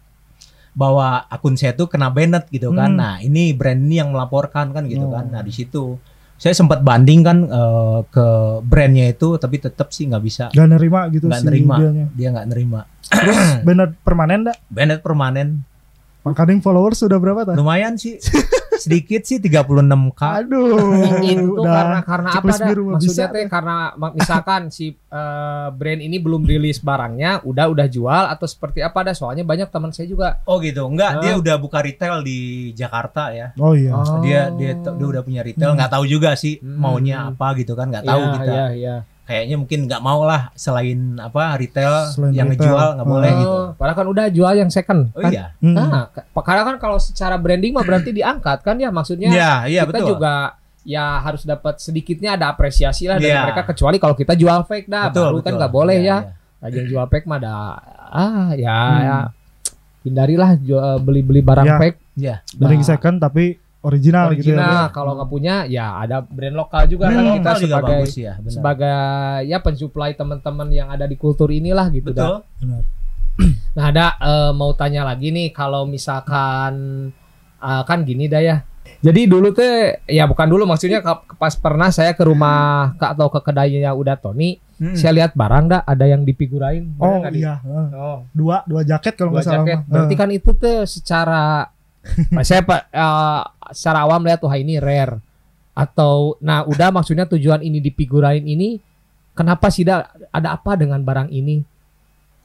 Speaker 4: bahwa akun saya tuh kena banned gitu kan
Speaker 3: Hmm.
Speaker 4: nah ini brand ini yang melaporkan kan gitu
Speaker 3: Oh.
Speaker 4: kan nah di situ saya sempat banding kan eh, ke brandnya itu tapi tetap sih nggak bisa
Speaker 3: Gak nerima gitu
Speaker 4: nggak
Speaker 3: si
Speaker 4: nerima
Speaker 3: dianya.
Speaker 4: dia nggak nerima
Speaker 3: Terus banner permanen dak?
Speaker 4: banned permanen
Speaker 3: Makanya followers sudah berapa tuh?
Speaker 4: lumayan sih sedikit sih tiga puluh enam k
Speaker 3: Aduh.
Speaker 2: Itu
Speaker 3: udah
Speaker 2: karena karena apa
Speaker 3: checklist
Speaker 2: dah?
Speaker 3: biru mah
Speaker 2: Maksudnya
Speaker 3: bisa.
Speaker 2: teh karena mak- misalkan si eh, brand ini belum rilis barangnya, udah udah jual atau seperti apa dah? Soalnya banyak teman saya juga.
Speaker 4: oh gitu enggak dia
Speaker 2: Ah.
Speaker 4: udah buka retail di Jakarta ya
Speaker 3: Oh iya.
Speaker 2: Oh.
Speaker 4: dia dia dia udah punya retail nggak tahu juga sih
Speaker 2: Hmm.
Speaker 4: maunya apa gitu kan nggak tahu
Speaker 2: Iya,
Speaker 4: kita
Speaker 2: Iya, iya.
Speaker 4: kayaknya mungkin nggak mau lah selain apa retail
Speaker 3: Selain
Speaker 4: yang
Speaker 3: retail.
Speaker 4: ngejual nggak boleh
Speaker 3: Oh.
Speaker 4: gitu
Speaker 2: Oh, padahal kan udah jual yang second.
Speaker 4: oh
Speaker 2: kan?
Speaker 4: iya
Speaker 3: Hmm.
Speaker 2: Nah, ke- karena kan kalau secara branding mah berarti diangkat kan ya maksudnya
Speaker 4: iya iya
Speaker 2: kita
Speaker 4: betul
Speaker 2: juga ya harus dapat sedikitnya ada apresiasi lah dari
Speaker 4: Iya.
Speaker 2: mereka kecuali kalau kita jual fake dah
Speaker 4: betul
Speaker 2: baru kan
Speaker 4: betul.
Speaker 2: nggak boleh
Speaker 4: Iya,
Speaker 2: ya.
Speaker 4: iya.
Speaker 2: Lagi yang jual fake mah ada ah ya,
Speaker 3: Hmm.
Speaker 2: ya hindarilah jual- beli-beli barang
Speaker 3: Ya.
Speaker 2: fake.
Speaker 4: Iya.
Speaker 3: Beli
Speaker 2: Nah,
Speaker 3: second tapi original, gitu ya.
Speaker 2: original kalau nggak punya ya ada brand lokal juga
Speaker 4: Brand
Speaker 2: kan
Speaker 4: lokal
Speaker 2: kita
Speaker 4: juga
Speaker 2: sebagai
Speaker 4: bagus ya benar.
Speaker 2: sebagai ya pensuplai teman-teman yang ada di kultur inilah gitu dah.
Speaker 4: betul
Speaker 3: Benar.
Speaker 2: Nah ada eh, mau tanya lagi nih kalau misalkan eh, kan gini dah ya. Jadi dulu tuh ya bukan dulu maksudnya ke- pas pernah saya ke rumah Kak atau ke kedainya udah Tony,
Speaker 4: Hmm.
Speaker 2: saya lihat barang dah ada yang dipigurain. Bener
Speaker 3: Oh
Speaker 2: nggak, Di?
Speaker 3: iya. Heeh.
Speaker 2: Oh,
Speaker 3: Dua dua jaket kalau
Speaker 2: dua
Speaker 3: nggak salah.
Speaker 2: jaket.
Speaker 3: mah.
Speaker 2: Berarti
Speaker 3: Heeh.
Speaker 2: kan itu tuh secara saya pak eh, secara awam lihat wah ini rare atau nah udah maksudnya tujuan ini dipigurain ini kenapa sih dah ada apa dengan barang ini?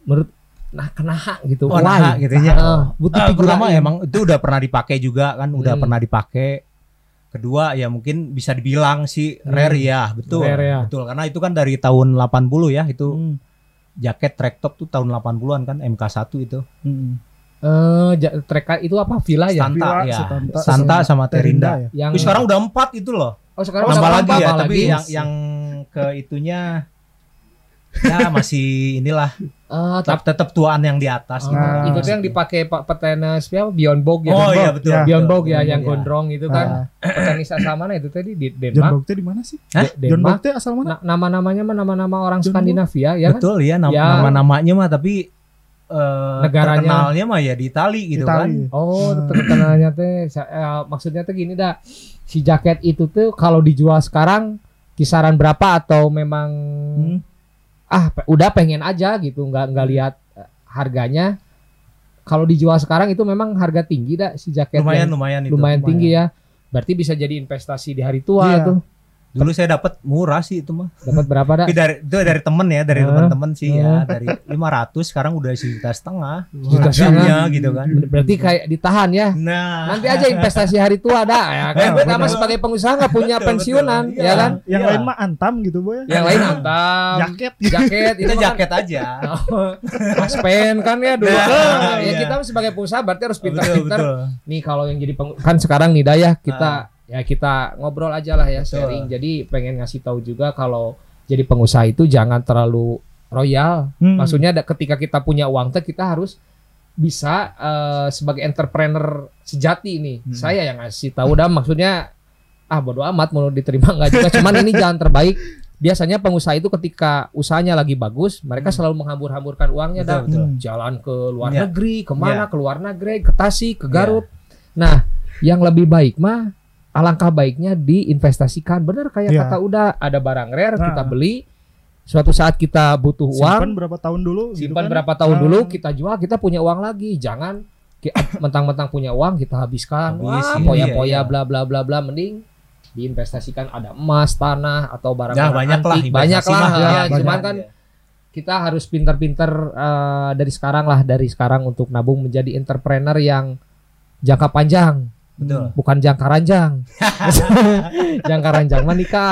Speaker 2: menurut nah kenaha gitu.
Speaker 4: Oh,
Speaker 2: Why?
Speaker 4: nah gitu ya.
Speaker 2: Heeh, butuh
Speaker 4: Ah,
Speaker 2: figura
Speaker 4: pertama
Speaker 2: lain.
Speaker 4: emang itu udah pernah dipakai juga kan, udah
Speaker 2: Hmm.
Speaker 4: pernah dipakai. Kedua ya mungkin bisa dibilang sih
Speaker 2: Hmm.
Speaker 4: rare ya, betul.
Speaker 2: Rare ya.
Speaker 4: Betul, karena itu kan dari tahun delapan puluh ya, itu
Speaker 3: Hmm.
Speaker 4: jaket track top tuh tahun delapan puluhan kan, M K satu itu.
Speaker 3: Hmm.
Speaker 2: Eh, ja- trek itu apa? Villa ya?
Speaker 4: Stanta
Speaker 3: Villa,
Speaker 4: ya.
Speaker 3: Stanta,
Speaker 4: Stanta sama Terinda.
Speaker 3: ya.
Speaker 2: Yang
Speaker 4: Tapi sekarang udah empat itu loh.
Speaker 2: Oh, sekarang
Speaker 4: Nambah
Speaker 2: udah
Speaker 4: lagi
Speaker 2: tambah
Speaker 4: ya,
Speaker 2: lagi.
Speaker 4: tapi yang yang ke itunya ya masih inilah
Speaker 2: Eh,
Speaker 4: tetap tetap tuaan yang di atas
Speaker 2: Oh,
Speaker 4: gitu.
Speaker 3: Nah,
Speaker 2: itu tuh yang dipakai Pak petenis ya Beyond Bog ya.
Speaker 4: Oh
Speaker 2: Beyond
Speaker 4: iya
Speaker 2: Bog.
Speaker 4: betul.
Speaker 3: Ya.
Speaker 2: Beyond
Speaker 4: betul.
Speaker 2: Bog ya yang
Speaker 4: Iya.
Speaker 2: gondrong itu kan. Petenis asal mana itu tadi di
Speaker 3: John
Speaker 2: Denmark.
Speaker 3: Bogte di mana sih?
Speaker 4: Hah?
Speaker 2: De-
Speaker 3: John
Speaker 2: Denmark.
Speaker 3: Bogte asal mana?
Speaker 2: Na- nama-namanya mah nama-nama orang
Speaker 3: John
Speaker 2: Skandinavia ya kan?
Speaker 4: Betul ya, nam-
Speaker 2: Ya.
Speaker 4: nama-namanya mah tapi eh,
Speaker 2: Negaranya.
Speaker 4: terkenalnya mah ya di Itali gitu kan.
Speaker 3: Itali.
Speaker 2: Oh,
Speaker 3: Ah.
Speaker 2: terkenalnya teh sa- eh, maksudnya tuh gini dah. Si jaket itu tuh kalau dijual sekarang kisaran berapa atau memang
Speaker 3: Hmm.
Speaker 2: ah pe- udah pengen aja gitu, nggak nggak lihat eh, harganya. Kalau dijual sekarang itu memang harga tinggi dah si jaket
Speaker 4: Lumayan
Speaker 2: yang
Speaker 4: lumayan itu.
Speaker 2: lumayan
Speaker 3: lumayan.
Speaker 2: tinggi ya. Berarti bisa jadi investasi di hari tua
Speaker 3: Iya.
Speaker 2: tuh.
Speaker 4: Dulu saya dapat murah sih itu mah.
Speaker 2: Dapat berapa dah?
Speaker 4: Tapi dari itu dari temen ya, dari
Speaker 2: Ah.
Speaker 4: teman-teman sih ya,
Speaker 2: Ah.
Speaker 4: dari lima ratus sekarang udah sejuta setengah.
Speaker 2: Juta
Speaker 4: Harganya
Speaker 2: setengah.
Speaker 4: gitu kan.
Speaker 2: Berarti kayak ditahan ya.
Speaker 4: Nah,
Speaker 2: Nanti aja investasi hari tua dah ya kan.
Speaker 3: Betul.
Speaker 2: Kita mah sebagai pengusaha nggak punya
Speaker 4: Betul,
Speaker 2: pensiunan
Speaker 4: betul.
Speaker 2: ya
Speaker 4: Iya.
Speaker 2: kan.
Speaker 3: Yang
Speaker 4: Iya.
Speaker 3: lain mah antam gitu boy.
Speaker 2: Yang lain antam,
Speaker 3: Jaket.
Speaker 2: jaket
Speaker 4: kita
Speaker 2: itu mah kan-
Speaker 4: jaket aja.
Speaker 2: Mas pen kan ya dulu.
Speaker 4: Nah,
Speaker 2: Nah, ya
Speaker 4: iya.
Speaker 2: kita sebagai pengusaha berarti harus
Speaker 4: Betul
Speaker 2: pintar-pintar.
Speaker 4: betul.
Speaker 2: Nih kalau yang jadi peng- kan sekarang nih Daya kita ya kita ngobrol aja lah ya,
Speaker 4: Betul.
Speaker 2: sharing. Jadi pengen ngasih tahu juga kalau jadi pengusaha itu jangan terlalu royal.
Speaker 3: Hmm.
Speaker 2: Maksudnya da- ketika kita punya uang teh kita harus bisa eh, sebagai entrepreneur sejati nih.
Speaker 4: Hmm.
Speaker 2: Saya yang ngasih tahu dah maksudnya ah bodo amat mau diterima nggak juga. Cuman ini jalan terbaik. Biasanya pengusaha itu ketika usahanya lagi bagus, mereka selalu menghambur-hamburkan uangnya
Speaker 4: Betul,
Speaker 2: dah.
Speaker 4: betul.
Speaker 3: Hmm.
Speaker 2: Jalan ke luar
Speaker 4: Iya.
Speaker 2: negeri, kemana,
Speaker 4: Iya.
Speaker 2: ke luar negeri, ke Tasik, ke Garut. Nah, yang lebih baik mah alangkah baiknya diinvestasikan. Benar kayak
Speaker 3: Iya.
Speaker 2: kata udah ada barang rare
Speaker 3: Nah.
Speaker 2: kita beli. Suatu saat kita butuh
Speaker 3: Simpan
Speaker 2: uang,
Speaker 3: berapa tahun dulu? gitu
Speaker 2: simpan
Speaker 3: kan.
Speaker 2: berapa tahun
Speaker 3: Ah.
Speaker 2: dulu, kita jual, kita punya uang lagi. Jangan ki- mentang-mentang punya uang kita habiskan.
Speaker 4: Habis,
Speaker 2: Wah,
Speaker 4: iya,
Speaker 2: poya-poya
Speaker 4: iya.
Speaker 2: bla bla bla bla, mending diinvestasikan ada emas, tanah atau
Speaker 4: Ya
Speaker 2: barang-barang
Speaker 4: banyak lah
Speaker 2: antik. Banyak
Speaker 4: investasi
Speaker 2: lah.
Speaker 4: mah,
Speaker 2: ya.
Speaker 4: ya,
Speaker 2: Cuman
Speaker 4: banyak.
Speaker 2: kan kita harus pintar-pintar eh, dari sekarang lah, dari sekarang untuk nabung menjadi entrepreneur yang jangka panjang.
Speaker 4: Betul.
Speaker 2: Bukan jangka ranjang. Jangka ranjang mah nikah.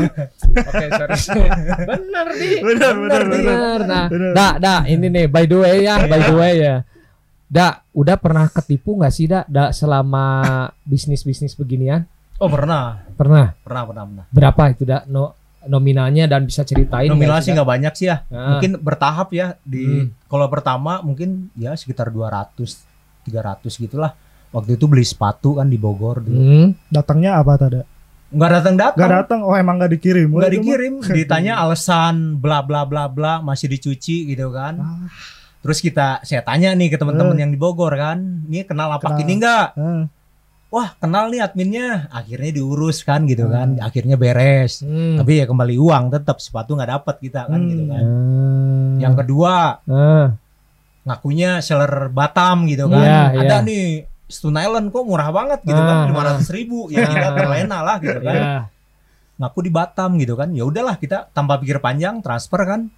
Speaker 2: Oke, sorry. Bener nih.
Speaker 3: Bener, bener,
Speaker 2: bener. Nah,
Speaker 3: Bener.
Speaker 2: dak, dak, ini nih by the way ya, by the way ya. Dak, udah pernah ketipu nggak sih, Dak? Dak selama bisnis-bisnis beginian?
Speaker 4: Oh pernah,
Speaker 2: Pernah.
Speaker 4: pernah, pernah, pernah.
Speaker 2: Berapa itu, Dak? No, nominalnya dan bisa ceritain nggak
Speaker 4: Nominal
Speaker 2: sih,
Speaker 4: sih
Speaker 2: Dak?
Speaker 4: nggak banyak sih ya.
Speaker 2: Nah.
Speaker 4: Mungkin bertahap ya. Di
Speaker 2: Hmm.
Speaker 4: kalau pertama mungkin ya sekitar dua ratus, tiga ratus gitulah. Waktu itu beli sepatu kan di Bogor dulu.
Speaker 2: Hmm.
Speaker 3: Datangnya apa tadi?
Speaker 4: Nggak datang-datang.
Speaker 3: Gak datang. Oh emang gak dikirim.
Speaker 4: Nggak
Speaker 3: Oh, itu mah.
Speaker 4: dikirim, ditanya alasan bla bla bla bla masih dicuci gitu kan.
Speaker 3: Ah.
Speaker 4: Terus kita saya tanya nih ke teman-teman
Speaker 3: Eh.
Speaker 4: yang di Bogor kan, ini kenal apa
Speaker 3: Kenal.
Speaker 4: ini enggak?
Speaker 3: Ah.
Speaker 4: Wah, kenal nih adminnya. Akhirnya diurus kan gitu kan.
Speaker 3: Hmm.
Speaker 4: Akhirnya beres.
Speaker 2: Hmm.
Speaker 4: Tapi ya kembali uang tetap sepatu nggak dapat kita kan
Speaker 3: Hmm.
Speaker 4: gitu kan.
Speaker 2: Hmm.
Speaker 4: Yang kedua,
Speaker 2: Ah.
Speaker 4: ngakunya seller Batam gitu kan.
Speaker 2: Iya,
Speaker 4: Ada
Speaker 2: iya.
Speaker 4: nih Stone Island kok murah banget gitu
Speaker 2: Ah,
Speaker 4: kan, lima ratus ribu. Ya kita terlena lah gitu kan.
Speaker 2: Iya.
Speaker 4: Ngaku di Batam gitu kan. Ya udahlah kita tanpa pikir panjang transfer kan.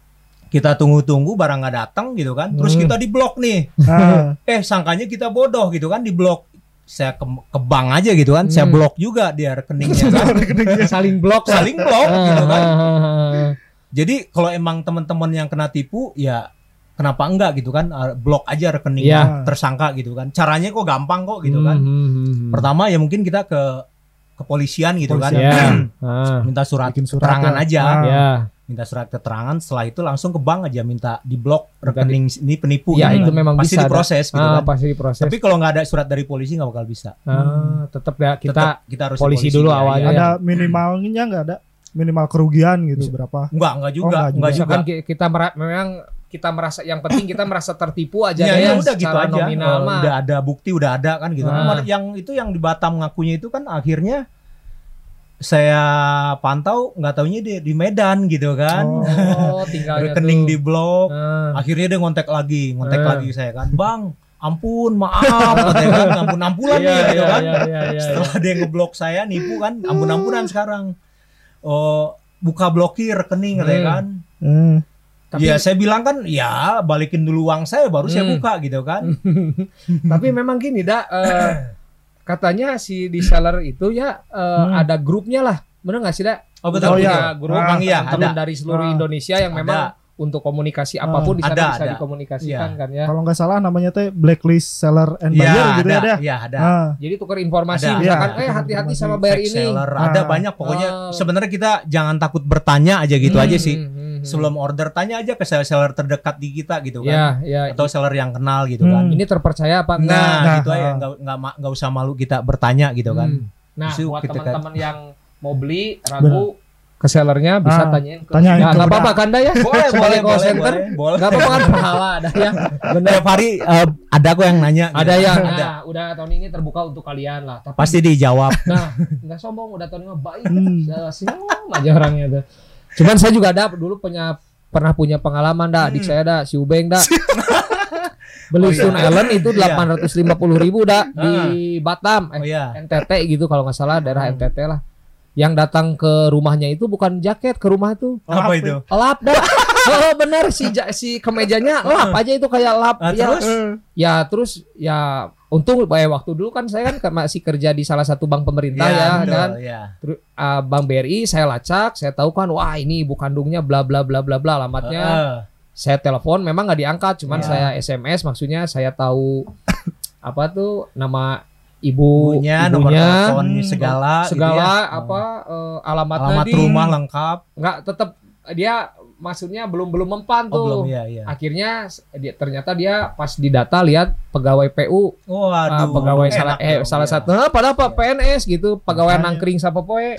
Speaker 4: Kita tunggu-tunggu barang nggak datang gitu kan. Terus
Speaker 2: Hmm.
Speaker 4: kita di blok nih.
Speaker 3: Ah.
Speaker 4: Eh sangkanya kita bodoh gitu kan, di blok. Saya ke, ke bank aja gitu kan. Saya
Speaker 2: Hmm.
Speaker 4: blok juga dia rekeningnya kan.
Speaker 2: Saling blok.
Speaker 4: Saling blok
Speaker 2: Ah,
Speaker 4: gitu kan.
Speaker 2: ah, ah, ah.
Speaker 4: Jadi kalau emang teman-teman yang kena tipu ya kenapa enggak gitu kan, uh, blok aja rekening
Speaker 2: Iya.
Speaker 4: tersangka gitu kan. Caranya kok gampang kok gitu kan.
Speaker 2: Hmm, hmm, hmm, hmm.
Speaker 4: Pertama ya mungkin kita ke kepolisian gitu kan.
Speaker 2: Ya. Ah.
Speaker 4: Minta surat
Speaker 3: Bikin surat
Speaker 4: keterangan
Speaker 3: ya.
Speaker 4: aja.
Speaker 3: Ah.
Speaker 2: Ya.
Speaker 4: Minta surat keterangan, setelah itu langsung ke bank aja minta di blok
Speaker 2: Minta
Speaker 4: rekening ini penipu
Speaker 2: Ya,
Speaker 4: gitu
Speaker 2: itu
Speaker 4: kan.
Speaker 2: memang
Speaker 4: pasti
Speaker 2: bisa ada.
Speaker 4: diproses gitu
Speaker 2: Ah,
Speaker 4: kan.
Speaker 2: pasti diproses.
Speaker 4: Tapi kalau nggak ada surat dari polisi nggak bakal bisa.
Speaker 2: Ah, tetap ya kita
Speaker 4: Tetap kita harus di
Speaker 2: polisi dulu
Speaker 4: ya,
Speaker 2: awalnya.
Speaker 4: ya.
Speaker 3: Ada minimalnya nggak ada? Minimal kerugian gitu berapa?
Speaker 4: Enggak, enggak juga,
Speaker 3: Oh, enggak
Speaker 4: enggak juga.
Speaker 2: misalkan ki- kita mera- memang kita merasa yang penting kita merasa tertipu aja
Speaker 4: Ya,
Speaker 2: deh
Speaker 4: ya
Speaker 2: ya,
Speaker 4: udah gitu
Speaker 2: secara
Speaker 4: aja.
Speaker 2: nominal
Speaker 4: Eh,
Speaker 2: mah.
Speaker 4: udah ada bukti, udah ada kan gitu.
Speaker 2: Ah.
Speaker 4: Yang itu yang di Batam ngakunya itu kan akhirnya saya pantau nggak taunya di, di Medan gitu kan.
Speaker 3: Oh.
Speaker 2: Oh, tinggalnya
Speaker 4: Rekening
Speaker 2: tuh.
Speaker 4: di blok.
Speaker 2: Ah.
Speaker 4: Akhirnya dia ngontek lagi, ngontek
Speaker 2: Ah.
Speaker 4: lagi saya kan. Bang, ampun, maaf katanya kan, ampun-ampunan
Speaker 2: Iya,
Speaker 4: nih gitu
Speaker 2: iya,
Speaker 4: kan.
Speaker 2: iya, iya, iya.
Speaker 4: Setelah dia ngeblok saya nipu kan, ampun-ampunan sekarang. Oh, buka blokir rekening katanya
Speaker 2: Hmm.
Speaker 4: kan.
Speaker 3: Hmm.
Speaker 2: Tapi
Speaker 4: Ya saya bilang kan ya balikin dulu uang saya baru saya
Speaker 2: Hmm.
Speaker 4: buka gitu kan.
Speaker 2: tapi memang gini dak eh, katanya si di seller itu ya eh,
Speaker 3: Hmm.
Speaker 2: ada grupnya lah. Bener nggak sih dak?
Speaker 4: Oh,
Speaker 2: Udah
Speaker 4: betul.
Speaker 3: Oh,
Speaker 2: punya
Speaker 3: iya.
Speaker 2: grup
Speaker 3: Ah,
Speaker 4: iya,
Speaker 2: teman
Speaker 4: ada.
Speaker 2: dari seluruh
Speaker 3: Ah.
Speaker 2: Indonesia yang
Speaker 4: Ada.
Speaker 2: memang untuk komunikasi apapun di sana
Speaker 4: Ada,
Speaker 2: bisa
Speaker 4: ada.
Speaker 2: dikomunikasikan
Speaker 4: Iya.
Speaker 2: kan ya.
Speaker 3: Kalau nggak salah namanya teh blacklist seller and
Speaker 4: Iya,
Speaker 3: buyer gitu
Speaker 4: ada,
Speaker 3: ya deh.
Speaker 4: iya, ada.
Speaker 3: Ah,
Speaker 2: Jadi tukar informasi
Speaker 4: Ada.
Speaker 2: misalkan
Speaker 3: Iya,
Speaker 2: eh
Speaker 3: tukar
Speaker 2: hati-hati
Speaker 3: informasi.
Speaker 2: sama bayar
Speaker 4: Fake
Speaker 2: ini.
Speaker 4: seller
Speaker 3: Ah.
Speaker 4: ada banyak pokoknya.
Speaker 2: Ah.
Speaker 4: Sebenarnya kita jangan takut bertanya aja gitu
Speaker 2: Hmm,
Speaker 4: aja sih.
Speaker 2: hmm, hmm, hmm.
Speaker 4: Sebelum order tanya aja ke seller-seller terdekat di kita gitu kan.
Speaker 2: Ya, ya.
Speaker 4: Atau seller yang kenal gitu
Speaker 3: Hmm.
Speaker 4: kan.
Speaker 2: Ini terpercaya apa enggak?
Speaker 4: Nah,
Speaker 3: Nah,
Speaker 4: gitu aja
Speaker 3: ah.
Speaker 4: nggak nggak ma- nggak usah malu kita bertanya gitu kan.
Speaker 2: Hmm. Nah,
Speaker 4: Justru
Speaker 2: buat
Speaker 4: kita kan-
Speaker 2: teman-teman yang mau beli ragu ke sellernya bisa
Speaker 3: Ah,
Speaker 2: tanyain ke
Speaker 3: tanyain
Speaker 2: Nggak-
Speaker 3: ke
Speaker 2: nggak
Speaker 3: budak.
Speaker 2: apa-apa kan dah ya?
Speaker 4: Boleh,
Speaker 2: Sebagai
Speaker 4: boleh,
Speaker 2: call
Speaker 4: boleh,
Speaker 2: center,
Speaker 4: boleh, boleh.
Speaker 2: nggak apa-apa kan pahala ada ya. Bener.
Speaker 4: Tiap hari eh, ada kok yang nanya. gitu.
Speaker 2: Ada yang
Speaker 4: ada.
Speaker 2: nah, udah tahun ini terbuka untuk kalian lah. Tapi
Speaker 4: Pasti dijawab.
Speaker 2: nah, nggak sombong udah tahun ini mah baik.
Speaker 3: Hmm.
Speaker 2: Ya, senyum aja orangnya tuh. Cuman saya juga ada dulu punya pernah punya pengalaman dah, adik saya dah, si Ubeng dah. Beli
Speaker 4: Oh, iya.
Speaker 2: Stone Island itu
Speaker 4: Iya.
Speaker 2: delapan ratus lima puluh ribu dah di Batam,
Speaker 4: Oh
Speaker 2: eh,
Speaker 4: iya.
Speaker 2: N T T gitu kalau nggak salah daerah
Speaker 4: Hmm.
Speaker 2: N T T lah. Yang datang ke rumahnya itu bukan jaket, ke rumah itu
Speaker 4: Apa itu?
Speaker 2: lap dah. Oh bener si ja- si kemejanya lap aja itu kayak lap.
Speaker 4: Ah,
Speaker 2: ya,
Speaker 4: terus?
Speaker 2: ya terus ya untung eh, waktu dulu kan saya kan ke- masih kerja di salah satu bank pemerintah ya,
Speaker 4: betul,
Speaker 2: dan
Speaker 4: ya.
Speaker 2: terus ah, Bank B R I saya lacak, saya tahu kan wah ini ibu kandungnya bla bla bla bla bla alamatnya.
Speaker 4: Heeh.
Speaker 2: Saya telepon memang nggak diangkat, cuman
Speaker 4: Ya.
Speaker 2: saya S M S maksudnya saya tahu apa tuh nama ibu
Speaker 4: Ibunya, nomor
Speaker 2: ibunya
Speaker 4: telepon segala, gitu
Speaker 2: segala
Speaker 4: ya.
Speaker 2: apa eh, alamatnya
Speaker 4: Alamat
Speaker 2: di-
Speaker 4: rumah lengkap.
Speaker 2: nggak tetap dia maksudnya belum belum mempan
Speaker 4: Oh,
Speaker 2: tuh.
Speaker 4: belum ya, ya.
Speaker 2: Akhirnya dia ternyata dia pas di data lihat pegawai P U, ah,
Speaker 4: Waduh.
Speaker 2: pegawai
Speaker 4: enak
Speaker 2: salah eh
Speaker 4: dong,
Speaker 2: salah
Speaker 4: ya.
Speaker 2: satu, nah, padahal apa P N S gitu, pegawai
Speaker 3: Makanya.
Speaker 2: nangkring sapa poe.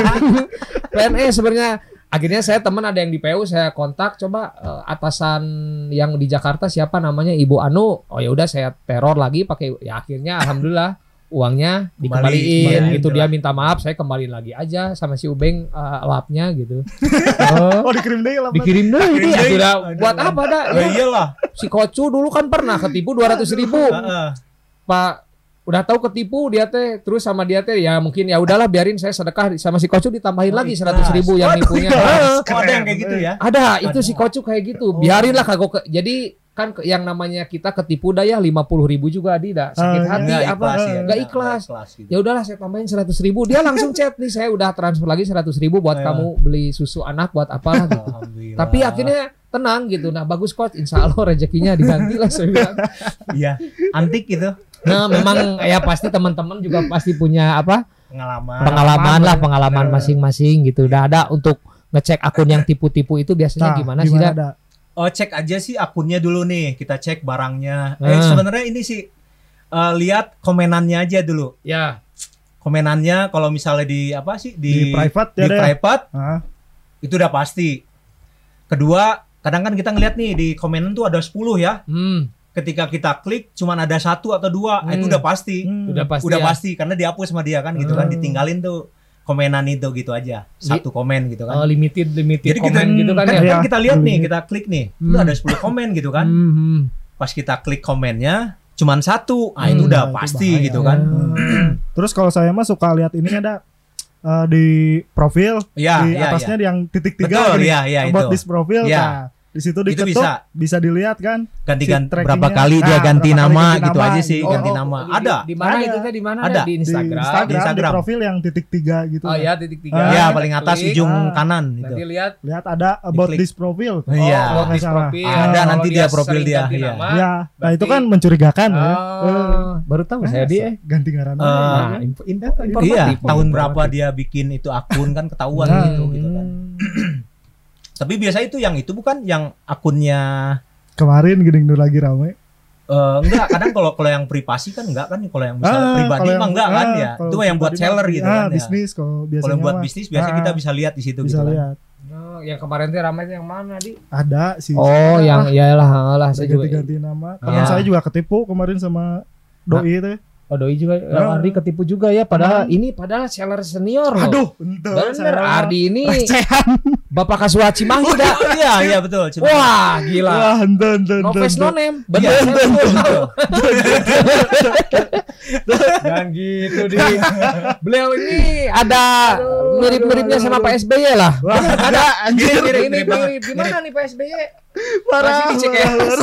Speaker 2: P N S sebenarnya. Akhirnya saya teman ada yang di P U, saya kontak coba eh, atasan yang di Jakarta siapa namanya Ibu Anu. Oh ya udah saya teror lagi pakai ya akhirnya alhamdulillah uangnya
Speaker 4: Kembali,
Speaker 2: dikembaliin
Speaker 4: kembali,
Speaker 2: gitu.
Speaker 4: gitu
Speaker 2: Dia
Speaker 4: lah.
Speaker 2: minta maaf, saya kembaliin lagi aja sama si Ubeng eh, lapnya gitu. Oh,
Speaker 3: Oh dikirim deh lah.
Speaker 2: dikirim deh ini
Speaker 4: Dikirim deh.
Speaker 2: akhirnya
Speaker 4: Aduh.
Speaker 2: buat apa dah
Speaker 4: Ya
Speaker 2: ya,
Speaker 4: iyalah.
Speaker 2: si Kocu dulu kan pernah ketipu dua ratus ribu
Speaker 4: Heeh.
Speaker 2: Pak udah tahu ketipu dia teh terus sama dia teh ya mungkin ya udahlah biarin saya sedekah sama si Kocu ditambahin
Speaker 4: Oh,
Speaker 2: lagi
Speaker 4: ikhlas.
Speaker 2: seratus ribu yang
Speaker 4: Waduh,
Speaker 2: nipunya.
Speaker 4: ikhlas.
Speaker 2: Heeh.
Speaker 4: Oh, ada yang kayak gitu ya.
Speaker 2: Ada itu si Kocu kayak gitu. Biarinlah kagok ke- jadi kan ke- yang namanya kita ketipu dah ya lima puluh ribu juga tidak sakit
Speaker 3: Ah,
Speaker 2: hati
Speaker 4: Nggak
Speaker 2: apa
Speaker 4: ikhlas ya,
Speaker 2: nggak
Speaker 4: nggak
Speaker 2: ikhlas.
Speaker 4: gitu.
Speaker 2: Ya udahlah saya tambahin seratus ribu dia langsung chat nih saya udah transfer lagi seratus ribu buat
Speaker 4: Ya.
Speaker 2: kamu beli susu anak buat apalah gitu.
Speaker 4: Alhamdulillah.
Speaker 2: Tapi akhirnya tenang gitu. Nah bagus coach, insya Allah rezekinya diganti lah saya bilang.
Speaker 4: iya, antik gitu
Speaker 2: Nah memang ya pasti teman-teman juga pasti punya apa
Speaker 4: pengalaman.
Speaker 2: pengalaman lah pengalaman
Speaker 3: Ya.
Speaker 2: masing-masing gitu. Udah ada untuk ngecek akun yang tipu-tipu itu biasanya
Speaker 3: Nah,
Speaker 2: gimana, sih dah?
Speaker 3: ada?
Speaker 4: Oh, cek aja sih akunnya dulu nih. Kita cek barangnya. Eh
Speaker 2: Nah.
Speaker 4: sebenarnya ini sih eh, lihat komenannya aja dulu.
Speaker 2: Ya.
Speaker 4: Komenannya kalau misalnya di apa sih
Speaker 3: Di,
Speaker 4: di
Speaker 3: private ya
Speaker 4: di
Speaker 3: deh.
Speaker 4: private
Speaker 3: Ah,
Speaker 4: itu udah pasti. Kedua, kadang kan kita ngeliat nih di komenan tuh ada sepuluh ya.
Speaker 2: Hmm,
Speaker 4: Ketika kita klik cuman ada satu atau dua, ah, itu
Speaker 2: Hmm.
Speaker 4: udah pasti.
Speaker 3: hmm.
Speaker 2: udah pasti.
Speaker 4: udah
Speaker 2: ya.
Speaker 4: pasti karena dihapus sama dia kan gitu kan,
Speaker 3: Hmm.
Speaker 4: ditinggalin tuh komenan itu gitu aja. Satu komen gitu
Speaker 2: Oh,
Speaker 4: kan.
Speaker 2: limited limited
Speaker 4: Jadi kita-
Speaker 2: komen gitu kan
Speaker 4: Kan,
Speaker 2: ya.
Speaker 3: Iya.
Speaker 4: kan kita lihat nih,
Speaker 3: Hmm.
Speaker 4: kita klik nih, itu
Speaker 2: Hmm.
Speaker 4: ada sepuluh komen gitu kan.
Speaker 2: Hmm, hmm.
Speaker 4: Pas kita klik komennya cuman satu, ah itu
Speaker 2: Hmm,
Speaker 4: udah
Speaker 3: nah, itu
Speaker 4: pasti
Speaker 3: bahaya.
Speaker 4: gitu kan.
Speaker 2: Hmm.
Speaker 3: Terus kalau saya mah suka lihat ini ada eh, di profil
Speaker 4: Iya,
Speaker 3: di
Speaker 4: iya,
Speaker 3: atasnya
Speaker 4: iya.
Speaker 3: yang titik tiga
Speaker 4: Betul,
Speaker 3: gini,
Speaker 4: iya, iya,
Speaker 3: about
Speaker 4: itu.
Speaker 3: this profile.
Speaker 4: Iya.
Speaker 3: Nah, di situ
Speaker 4: Itu
Speaker 3: diketuk
Speaker 4: bisa.
Speaker 3: bisa. dilihat kan
Speaker 4: Ganti-ganti
Speaker 3: si trackingnya.
Speaker 4: berapa kali dia
Speaker 3: Nah,
Speaker 4: ganti
Speaker 3: berapa kali
Speaker 4: nama
Speaker 3: ganti
Speaker 4: gitu
Speaker 3: nama,
Speaker 4: aja sih,
Speaker 3: gitu.
Speaker 4: ganti
Speaker 2: Oh,
Speaker 4: nama.
Speaker 2: di-
Speaker 4: Ada.
Speaker 2: Di, di mana
Speaker 3: Ada.
Speaker 2: itu teh di mana?
Speaker 4: Ada.
Speaker 2: Di
Speaker 3: di
Speaker 2: Instagram.
Speaker 3: Instagram,
Speaker 4: Di Instagram.
Speaker 3: di profil yang titik tiga gitu.
Speaker 2: Oh ya titik tiga.
Speaker 3: Ah.
Speaker 4: Iya, paling atas
Speaker 2: Klik.
Speaker 4: ujung
Speaker 3: Ah.
Speaker 4: kanan
Speaker 2: Nanti
Speaker 4: itu.
Speaker 2: lihat.
Speaker 3: Lihat ada about
Speaker 4: Diklik.
Speaker 3: this profile.
Speaker 2: Oh,
Speaker 4: Iya.
Speaker 2: about this
Speaker 3: Nggak
Speaker 2: profil.
Speaker 3: salah.
Speaker 4: Ada,
Speaker 2: Kalau
Speaker 4: nanti dia profil
Speaker 2: sering
Speaker 4: dia,
Speaker 2: ganti
Speaker 4: iya.
Speaker 2: nama,
Speaker 3: Ya, nah
Speaker 2: berarti-
Speaker 3: itu kan mencurigakan ya.
Speaker 2: Oh, baru tahu saya dia. eh.
Speaker 3: ganti ngaran.
Speaker 4: Eh,
Speaker 2: Nah, info, info, informatif.
Speaker 4: Iya, tahun
Speaker 2: Informatif.
Speaker 4: berapa dia bikin itu akun kan ketahuan
Speaker 3: Nah,
Speaker 4: gitu gitu kan. Tapi biasa itu yang itu bukan yang akunnya
Speaker 3: Kemarin gini dulu lagi rame.
Speaker 4: eh, enggak, kadang kalau kalau yang privasi kan enggak kan, kalau yang misalnya
Speaker 3: Ah,
Speaker 4: pribadi
Speaker 3: kalau
Speaker 4: mah
Speaker 3: yang-
Speaker 4: enggak kan
Speaker 3: ah,
Speaker 4: ya.
Speaker 3: kalau
Speaker 4: Itu yang buat
Speaker 3: pribadi
Speaker 4: seller
Speaker 3: mah-
Speaker 4: gitu
Speaker 3: ah,
Speaker 4: kan ya.
Speaker 3: bisnis kalau biasanya.
Speaker 4: Kalau yang buat
Speaker 3: mah.
Speaker 4: bisnis biasanya
Speaker 3: Ah,
Speaker 4: kita bisa lihat di situ
Speaker 3: bisa
Speaker 4: gitu kan.
Speaker 3: lihat.
Speaker 2: Oh, yang kemarin teh ramai yang mana, Di?
Speaker 3: Ada sih.
Speaker 2: Oh, yang iyalah, lah
Speaker 3: saya
Speaker 2: saya juga.
Speaker 3: ganti-ganti nama. Teman
Speaker 2: Ah.
Speaker 3: saya juga ketipu kemarin sama doi teh.
Speaker 2: Oh, doi juga,
Speaker 3: Ah.
Speaker 2: Ardi ketipu juga ya. Padahal
Speaker 3: Teman.
Speaker 2: ini padahal seller senior loh.
Speaker 3: Aduh, ente,
Speaker 2: bener.
Speaker 3: saya
Speaker 2: Ardi ini
Speaker 3: recehan.
Speaker 2: Bapak Kasuha Cimahi dah.
Speaker 4: Oh, iya, iya betul. Cuma-
Speaker 2: Wah, gila.
Speaker 3: Wah, ente, ente,
Speaker 2: No
Speaker 3: ente,
Speaker 2: face
Speaker 3: ente.
Speaker 2: no name. Bener,
Speaker 4: Iya,
Speaker 2: saya
Speaker 4: betul,
Speaker 2: tahu.
Speaker 4: betul.
Speaker 2: Jangan gitu di. Beliau ini ada mirip-miripnya sama Pak S B Y lah. Ada anjir
Speaker 4: Mirip,
Speaker 2: ini
Speaker 4: mirip banget.
Speaker 2: mirip. Gimana nih Pak S B Y?
Speaker 3: Parah.
Speaker 2: Masih di C K S.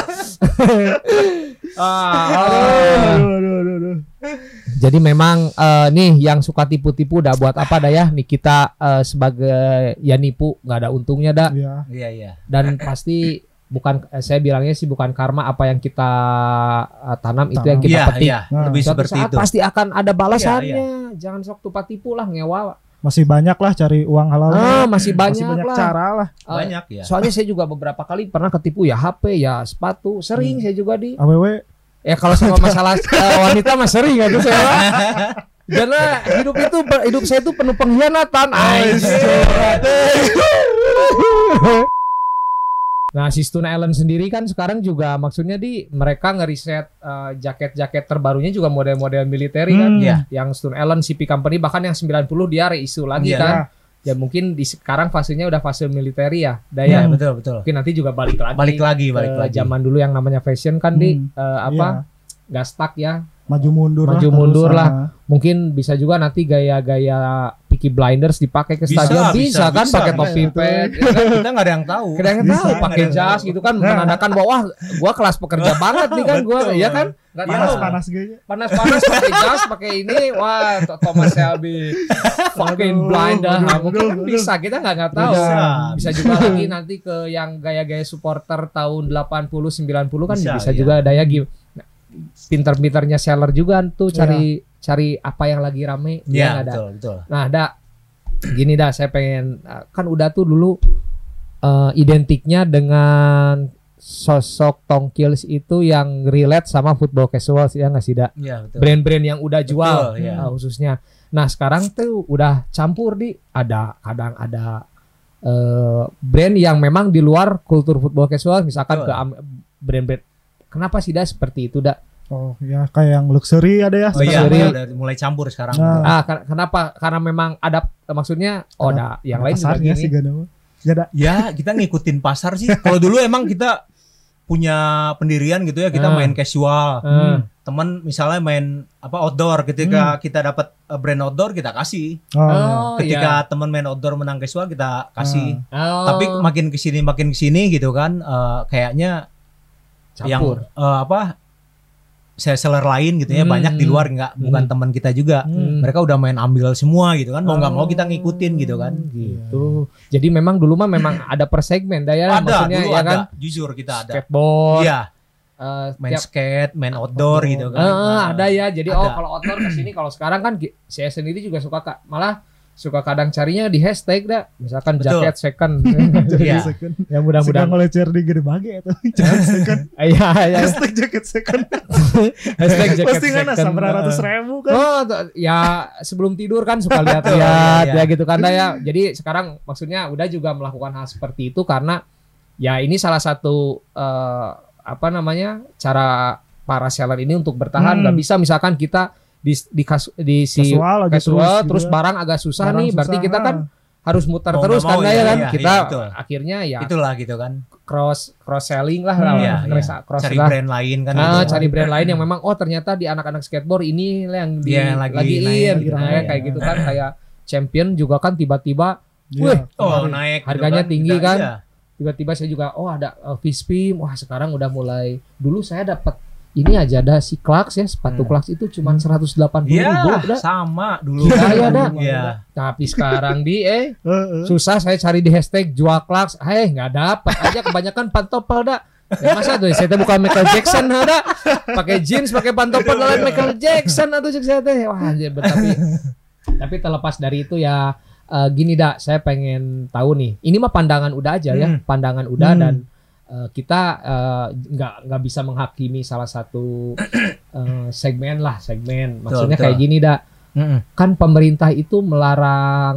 Speaker 2: Ah,
Speaker 3: Aduh, aduh, aduh, aduh.
Speaker 2: Jadi memang eh, nih yang suka tipu-tipu udah buat apa dah ya? Nih kita eh, sebagai ya nipu nggak ada untungnya dah.
Speaker 3: Iya.
Speaker 4: Iya iya.
Speaker 2: Dan pasti bukan eh, saya bilangnya sih bukan karma apa yang kita eh, tanam itu yang kita
Speaker 4: Iya
Speaker 2: petik.
Speaker 4: iya.
Speaker 3: Nah,
Speaker 4: Lebih
Speaker 2: Suatu
Speaker 4: seperti
Speaker 2: saat
Speaker 4: itu.
Speaker 2: pasti akan ada balasannya.
Speaker 4: Iya,
Speaker 2: Jangan sok tupat tipu lah ngewa.
Speaker 3: Masih banyak lah cari uang halal.
Speaker 2: Ah, masih banyak,
Speaker 3: Masih banyak
Speaker 2: lah.
Speaker 3: cara lah.
Speaker 2: Eh,
Speaker 4: Banyak ya.
Speaker 2: Soalnya saya juga beberapa kali pernah ketipu ya H P ya sepatu sering saya juga di.
Speaker 3: A W W.
Speaker 2: Ya kalau sama masalah eh, wanita mah sering ya tuh saya. Karena hidup itu hidup saya itu penuh pengkhianatan. Anjir. Nah, si Stone Island sendiri kan sekarang juga maksudnya di mereka ngeriset eh, jaket-jaket terbarunya juga model-model militer kan.
Speaker 3: Hmm.
Speaker 4: Iya.
Speaker 2: Yang Stone Island C P Company bahkan yang sembilan puluh dia reisu lagi
Speaker 4: Iya.
Speaker 2: kan. Ya mungkin di sekarang fasenya udah fase militer ya.
Speaker 4: Iya
Speaker 2: Daya
Speaker 4: betul betul.
Speaker 2: mungkin nanti juga balik lagi.
Speaker 4: Balik lagi
Speaker 2: ke
Speaker 4: balik lagi.
Speaker 2: zaman dulu yang namanya fashion kan di
Speaker 3: Hmm.
Speaker 2: eh, apa? Nggak stuck ya.
Speaker 3: Maju mundur
Speaker 2: Maju
Speaker 3: lah.
Speaker 2: mundur
Speaker 3: terus,
Speaker 2: lah.
Speaker 3: ah.
Speaker 2: Mungkin bisa juga nanti gaya-gaya Peaky Blinders dipakai ke
Speaker 4: Bisa,
Speaker 2: stadion bisa,
Speaker 4: bisa,
Speaker 2: kan
Speaker 4: bisa,
Speaker 2: pakai
Speaker 4: bisa.
Speaker 2: topi pet ya kan?
Speaker 4: Kita nggak ada yang tahu.
Speaker 2: Kadang
Speaker 3: Bisa,
Speaker 2: tahu pakai
Speaker 3: nggak ada
Speaker 2: jas gitu kan menandakan bahwa wah gua kelas pekerja banget nih kan gua
Speaker 4: Betul.
Speaker 2: ya kan nggak tahu
Speaker 3: Panas-panas gitu.
Speaker 2: panas-panas pakai jas pakai ini wah Th- Thomas Shelby fucking
Speaker 3: Aduh,
Speaker 2: blind dah
Speaker 3: aduh,
Speaker 2: mungkin
Speaker 3: aduh,
Speaker 2: kan
Speaker 3: aduh.
Speaker 2: bisa kita nggak nggak tahu
Speaker 4: Bisa.
Speaker 2: bisa juga lagi nanti ke yang gaya-gaya supporter tahun delapan puluh sembilan puluh kan bisa,
Speaker 4: Bisa, iya.
Speaker 2: juga ada ya Gi. Nah, pinter-pinternya seller juga tuh cari cari apa yang lagi rame
Speaker 4: Iya
Speaker 2: yang ada.
Speaker 4: betul betul.
Speaker 2: Nah, dah gini dah saya pengen kan udah tuh dulu eh, identiknya dengan sosok Tongkils itu yang relate sama football casual ya nggak sih dah?
Speaker 4: Iya betul.
Speaker 2: Brand-brand yang udah jual
Speaker 4: Betul, iya.
Speaker 2: eh, khususnya. Nah, sekarang tuh udah campur di ada kadang ada eh, brand yang memang di luar kultur football casual misalkan
Speaker 4: Betul.
Speaker 2: ke am- brand-brand. Kenapa sih dah seperti itu dah?
Speaker 3: Oh ya kayak yang luxury ada ya.
Speaker 4: Oh iya,
Speaker 2: Sorry.
Speaker 4: udah mulai campur sekarang.
Speaker 3: Nah.
Speaker 2: Ah, ken- kenapa? Karena memang ada maksudnya oh
Speaker 3: Ada-
Speaker 2: ada yang
Speaker 3: Ada
Speaker 2: lain juga
Speaker 3: pasarnya
Speaker 2: gini.
Speaker 3: sih gak ada. Ya ada.
Speaker 4: Ya, kita ngikutin pasar sih. Kalau dulu emang kita punya pendirian gitu ya, kita
Speaker 2: Hmm.
Speaker 4: main casual.
Speaker 2: Hmm.
Speaker 4: Temen misalnya main apa outdoor, ketika kita dapat uh, brand outdoor kita kasih.
Speaker 3: Oh, ya.
Speaker 2: Oh,
Speaker 4: Ketika temen main outdoor menang casual kita kasih.
Speaker 2: Oh,
Speaker 4: Tapi makin kesini makin kesini gitu kan, eh, kayaknya yang
Speaker 2: campur.
Speaker 4: eh, apa seller lain gitu ya
Speaker 2: Hmm.
Speaker 4: banyak di luar nggak bukan
Speaker 2: Hmm.
Speaker 4: teman kita juga.
Speaker 2: Hmm.
Speaker 4: Mereka udah main ambil semua gitu kan, mau nggak mau kita ngikutin gitu kan.
Speaker 2: Gitu. Jadi memang dulu mah memang ada per segmen dah ya
Speaker 4: Ada
Speaker 2: maksudnya
Speaker 4: dulu
Speaker 2: ya
Speaker 4: ada,
Speaker 2: kan.
Speaker 4: jujur kita ada.
Speaker 2: Skateboard.
Speaker 4: Iya,
Speaker 2: eh,
Speaker 4: main
Speaker 2: tiap-
Speaker 4: skate, main outdoor gitu kan.
Speaker 2: Eh, eh,
Speaker 4: Nah,
Speaker 2: ada ya. Jadi
Speaker 4: ada.
Speaker 2: oh kalau outdoor ke sini kalau sekarang kan ki- saya sendiri juga suka Kak. Malah suka kadang carinya di hashtag dah. Misalkan
Speaker 4: Betul.
Speaker 2: jaket second.
Speaker 3: Jadi
Speaker 4: Iya.
Speaker 3: second.
Speaker 2: Ya
Speaker 3: Mudah-mudahan
Speaker 2: mudah-mudahan.
Speaker 3: ngolecer di gede bagi itu. Jaket second.
Speaker 2: Iya iya.
Speaker 3: Hashtag jaket second.
Speaker 2: Hashtag jaket
Speaker 3: Postingan
Speaker 2: second.
Speaker 3: sampai ratus ribu kan.
Speaker 2: Oh, t- ya sebelum tidur kan suka lihat-lihat
Speaker 4: Iya, iya.
Speaker 2: ya gitu kan dah ya. Jadi sekarang maksudnya udah juga melakukan hal seperti itu karena ya ini salah satu eh, apa namanya cara para seller ini untuk bertahan.
Speaker 3: Hmm.
Speaker 2: Nggak bisa misalkan kita di di, kas, di si
Speaker 3: Casual aja
Speaker 2: casual
Speaker 3: terus
Speaker 2: terus
Speaker 3: gitu ya.
Speaker 2: barang agak susah
Speaker 3: Barang
Speaker 2: nih. Berarti
Speaker 3: susah,
Speaker 2: kita kan
Speaker 3: ah.
Speaker 2: harus muter
Speaker 4: Mau
Speaker 2: terus
Speaker 4: nggak
Speaker 2: kan
Speaker 4: mau,
Speaker 2: dah ya
Speaker 4: iya,
Speaker 2: kan.
Speaker 4: iya,
Speaker 2: Kita
Speaker 4: iya, betul.
Speaker 2: akhirnya ya
Speaker 4: Itulah gitu kan.
Speaker 2: cross cross selling lah,
Speaker 3: Hmm,
Speaker 2: lah
Speaker 4: Iya,
Speaker 2: cross,
Speaker 4: iya.
Speaker 2: cross
Speaker 4: Cari
Speaker 2: lah.
Speaker 4: brand lain kan.
Speaker 2: Ah,
Speaker 4: gitu.
Speaker 2: cari brand lain yang memang oh ternyata di anak-anak skateboard ini yang di
Speaker 4: Iya, yang lagi
Speaker 2: lagi
Speaker 4: naik,
Speaker 2: in
Speaker 4: lagi
Speaker 2: Nah,
Speaker 3: naik.
Speaker 2: kayak gitu kan kayak champion juga kan tiba-tiba
Speaker 3: Iya.
Speaker 2: wih,
Speaker 4: Oh, naik gitu
Speaker 2: harganya
Speaker 4: kan.
Speaker 2: tinggi
Speaker 4: Kita-
Speaker 2: kan.
Speaker 4: iya.
Speaker 2: tiba-tiba saya juga oh ada uh, Fishbeam wah sekarang udah mulai dulu saya dapat ini aja ada si Clarks ya sepatu
Speaker 4: Hmm.
Speaker 2: Clarks itu cuma seratus delapan puluh ribu
Speaker 4: Iya,
Speaker 2: udah.
Speaker 4: sama dulu.
Speaker 2: Iya, iya, dah.
Speaker 4: Iya.
Speaker 2: Tapi sekarang di eh
Speaker 3: Eh, eh.
Speaker 2: susah saya cari di hashtag jual Clarks eh nggak dapat aja kebanyakan pantopel dah. Ya, masa tuh saya teh bukan Michael Jackson ada pakai jeans pakai pantopel lain Michael Jackson atau cek saya teh wah anjir tapi tapi terlepas dari itu ya eh, gini dah saya pengen tahu nih ini mah pandangan udah aja ya
Speaker 4: Hmm.
Speaker 2: pandangan udah
Speaker 3: Hmm.
Speaker 2: dan eh, kita eh, nggak nggak bisa menghakimi salah satu eh, segmen lah segmen maksudnya
Speaker 4: betul.
Speaker 2: kayak gini dah
Speaker 4: Mm-mm.
Speaker 2: kan pemerintah itu melarang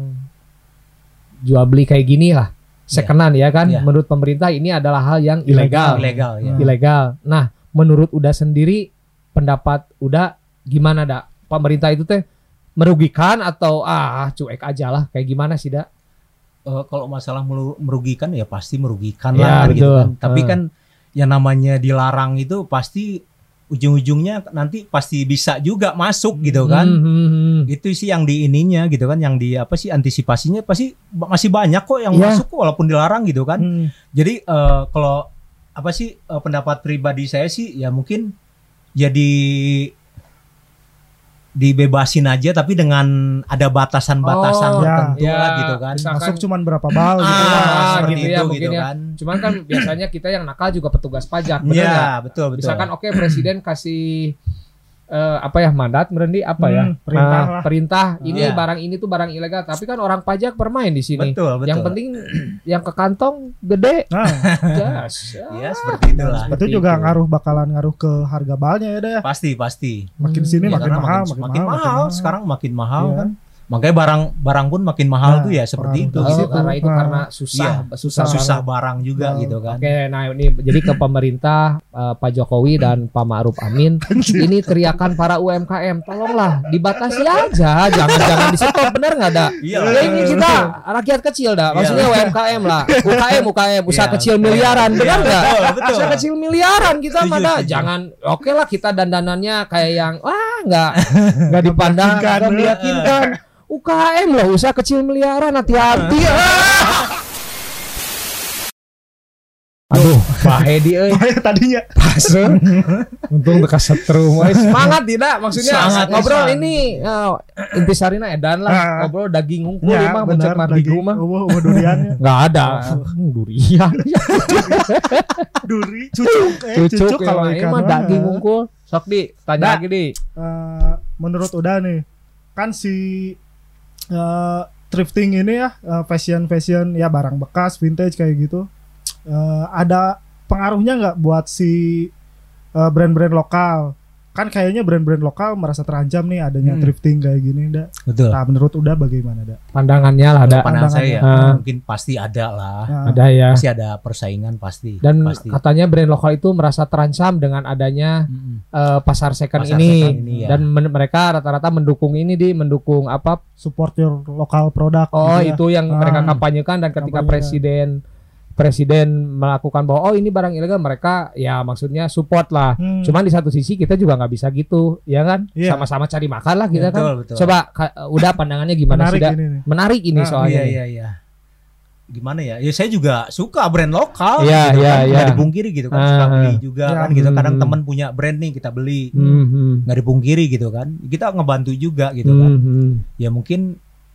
Speaker 2: jual beli kayak gini lah sekenan ya kan
Speaker 4: Iya.
Speaker 2: menurut pemerintah ini adalah hal yang ilegal
Speaker 4: Ilegal ya.
Speaker 2: ilegal nah menurut Uda sendiri pendapat Uda gimana dak pemerintah itu teh merugikan atau ah cuek aja lah kayak gimana sih dak
Speaker 4: Eh, kalau masalah melu- merugikan ya pasti merugikan
Speaker 2: Ya,
Speaker 4: lah gitu
Speaker 2: betul.
Speaker 4: kan. Tapi
Speaker 2: Eh.
Speaker 4: kan yang namanya dilarang itu pasti ujung-ujungnya nanti pasti bisa juga masuk gitu kan.
Speaker 2: Hmm, hmm, hmm.
Speaker 4: Itu sih yang di ininya gitu kan, yang di apa sih antisipasinya pasti ba- masih banyak kok yang
Speaker 2: Iya.
Speaker 4: masuk walaupun dilarang gitu kan.
Speaker 3: Hmm.
Speaker 4: Jadi eh, kalau apa sih eh, pendapat pribadi saya sih ya mungkin jadi dibebasin aja tapi dengan ada batasan-batasan
Speaker 2: Oh,
Speaker 4: tertentu
Speaker 2: ya,
Speaker 4: lah gitu kan.
Speaker 2: misalkan-
Speaker 3: Masuk cuman berapa bal gitu.
Speaker 4: Ah,
Speaker 2: Ah,
Speaker 4: seperti
Speaker 2: gitu ya,
Speaker 4: itu
Speaker 2: mungkin
Speaker 4: gitu
Speaker 2: ya.
Speaker 4: kan.
Speaker 2: Cuman kan biasanya kita yang nakal juga petugas pajak, benar
Speaker 4: Iya,
Speaker 2: nggak?
Speaker 4: betul betul.
Speaker 2: Misalkan oke presiden kasih eh, apa ya mandat Merendi apa ya
Speaker 3: Hmm, perintah
Speaker 2: Nah,
Speaker 3: lah.
Speaker 2: perintah ini
Speaker 4: Iya.
Speaker 2: barang ini tuh barang ilegal tapi kan orang pajak bermain di sini.
Speaker 4: betul betul.
Speaker 2: Yang penting yang ke kantong gede.
Speaker 3: Nah,
Speaker 2: Jas.
Speaker 4: ya seperti itulah.
Speaker 3: itu
Speaker 2: Seperti
Speaker 3: juga
Speaker 2: itu.
Speaker 3: ngaruh bakalan ngaruh ke harga balnya ya deh.
Speaker 4: Pasti pasti.
Speaker 3: Makin sini
Speaker 2: Hmm,
Speaker 3: makin
Speaker 4: Karena
Speaker 3: mahal,
Speaker 4: makin,
Speaker 3: makin,
Speaker 4: makin mahal, sekarang makin mahal
Speaker 3: Iya.
Speaker 4: kan. Makanya barang barang pun makin mahal
Speaker 3: Nah,
Speaker 4: tuh ya seperti
Speaker 3: orang
Speaker 4: itu.
Speaker 2: Oh,
Speaker 3: Di
Speaker 4: Gitu.
Speaker 3: situ.
Speaker 2: karena itu
Speaker 3: Ah.
Speaker 2: karena susah, susah,
Speaker 4: Susah
Speaker 2: banget.
Speaker 4: barang juga
Speaker 3: Oh,
Speaker 4: gitu kan.
Speaker 2: Oke, nah ini jadi ke pemerintah eh, Pak Jokowi dan Pak Ma'ruf Amin, ini teriakan para U M K M, tolonglah dibatasi aja, jangan jangan di stop, bener nggak ada?
Speaker 4: Iya.
Speaker 2: Ya ini kita rakyat kecil dah, maksudnya U M K M lah, U K M U K M usaha
Speaker 4: Iya.
Speaker 2: kecil miliaran, benar
Speaker 4: Iya,
Speaker 2: nggak?
Speaker 4: betul, betul.
Speaker 2: Usaha kecil miliaran kita
Speaker 4: Setuju,
Speaker 2: mana?
Speaker 4: setuju.
Speaker 2: Jangan, oke lah kita dandanannya kayak yang wah nggak nggak dipandang,
Speaker 3: Meyakinkan,
Speaker 2: nggak meyakinkan. U K M loh, usaha kecil miliaran, hati-hati. Ah. Aduh, Pak Hedi euy.
Speaker 3: Tadinya
Speaker 2: Pasel. Untung teka setrum. Woy. Semangat tidak maksudnya
Speaker 4: Semangat,
Speaker 2: ngobrol
Speaker 4: Isan.
Speaker 2: ini uh, intisarina edan lah
Speaker 3: Ah.
Speaker 2: ngobrol daging unggul
Speaker 3: ya
Speaker 2: mah
Speaker 3: benar
Speaker 2: muncul mardigu
Speaker 3: daging.
Speaker 2: mah
Speaker 3: Oh, oh, duriannya.
Speaker 2: nggak ada Hmm, durian
Speaker 3: Duri, cucuk, eh,
Speaker 2: cucuk
Speaker 3: cucuk kalau
Speaker 2: kalau
Speaker 3: ikan
Speaker 2: mah
Speaker 3: mah.
Speaker 2: daging unggul sok di tanya
Speaker 3: Nah.
Speaker 2: lagi di
Speaker 3: Eh, menurut Uda nih, kan si eh, thrifting ini ya, eh, fashion fashion ya barang bekas, vintage kayak gitu, eh, ada pengaruhnya nggak buat si eh, brand-brand lokal? Kan kayaknya brand-brand lokal merasa terancam nih adanya
Speaker 4: Hmm.
Speaker 3: thrifting kayak gini, Da.
Speaker 4: Betul.
Speaker 3: Nah, menurut Uda bagaimana, Da?
Speaker 2: pandangannya lah ada
Speaker 4: Pandangan saya ya,
Speaker 2: Ah.
Speaker 4: mungkin pasti ada lah.
Speaker 3: Nah,
Speaker 2: ada ya
Speaker 4: Pasti ada persaingan pasti.
Speaker 2: dan
Speaker 4: pasti.
Speaker 2: katanya brand lokal itu merasa terancam dengan adanya
Speaker 4: Mm-mm.
Speaker 2: eh, pasar second
Speaker 4: Pasar
Speaker 2: ini
Speaker 4: second ini, ya.
Speaker 2: dan men- mereka rata-rata mendukung ini di mendukung apa
Speaker 3: support your local product.
Speaker 2: Oh,
Speaker 3: gitu ya.
Speaker 2: itu yang
Speaker 3: Ah.
Speaker 2: mereka kampanyekan dan ketika
Speaker 3: Kampanyekan.
Speaker 2: presiden presiden melakukan bahwa oh ini barang ilegal mereka ya maksudnya support lah.
Speaker 3: Hmm.
Speaker 2: Cuman di satu sisi kita juga nggak bisa gitu, ya kan?
Speaker 3: Iya.
Speaker 2: Sama-sama cari makan lah kita
Speaker 4: Betul,
Speaker 2: kan.
Speaker 4: betul.
Speaker 2: Coba ka- udah pandangannya gimana
Speaker 3: menarik
Speaker 2: sih? Da?
Speaker 3: ini nih.
Speaker 2: Menarik ini
Speaker 3: Ah,
Speaker 2: soalnya.
Speaker 4: Iya
Speaker 2: nih.
Speaker 4: iya iya. Gimana ya? Ya saya juga suka brand lokal
Speaker 2: Iya,
Speaker 4: gitu
Speaker 2: iya,
Speaker 4: kan.
Speaker 2: iya.
Speaker 4: Nggak dipungkiri gitu kan. Suka
Speaker 2: Ah,
Speaker 4: beli juga
Speaker 3: iya.
Speaker 4: kan gitu. Kadang
Speaker 2: Hmm.
Speaker 4: teman punya brand nih kita beli.
Speaker 2: Hmm, hmm.
Speaker 4: Nggak dipungkiri gitu kan. Kita ngebantu juga gitu kan.
Speaker 2: Hmm, hmm.
Speaker 4: Ya mungkin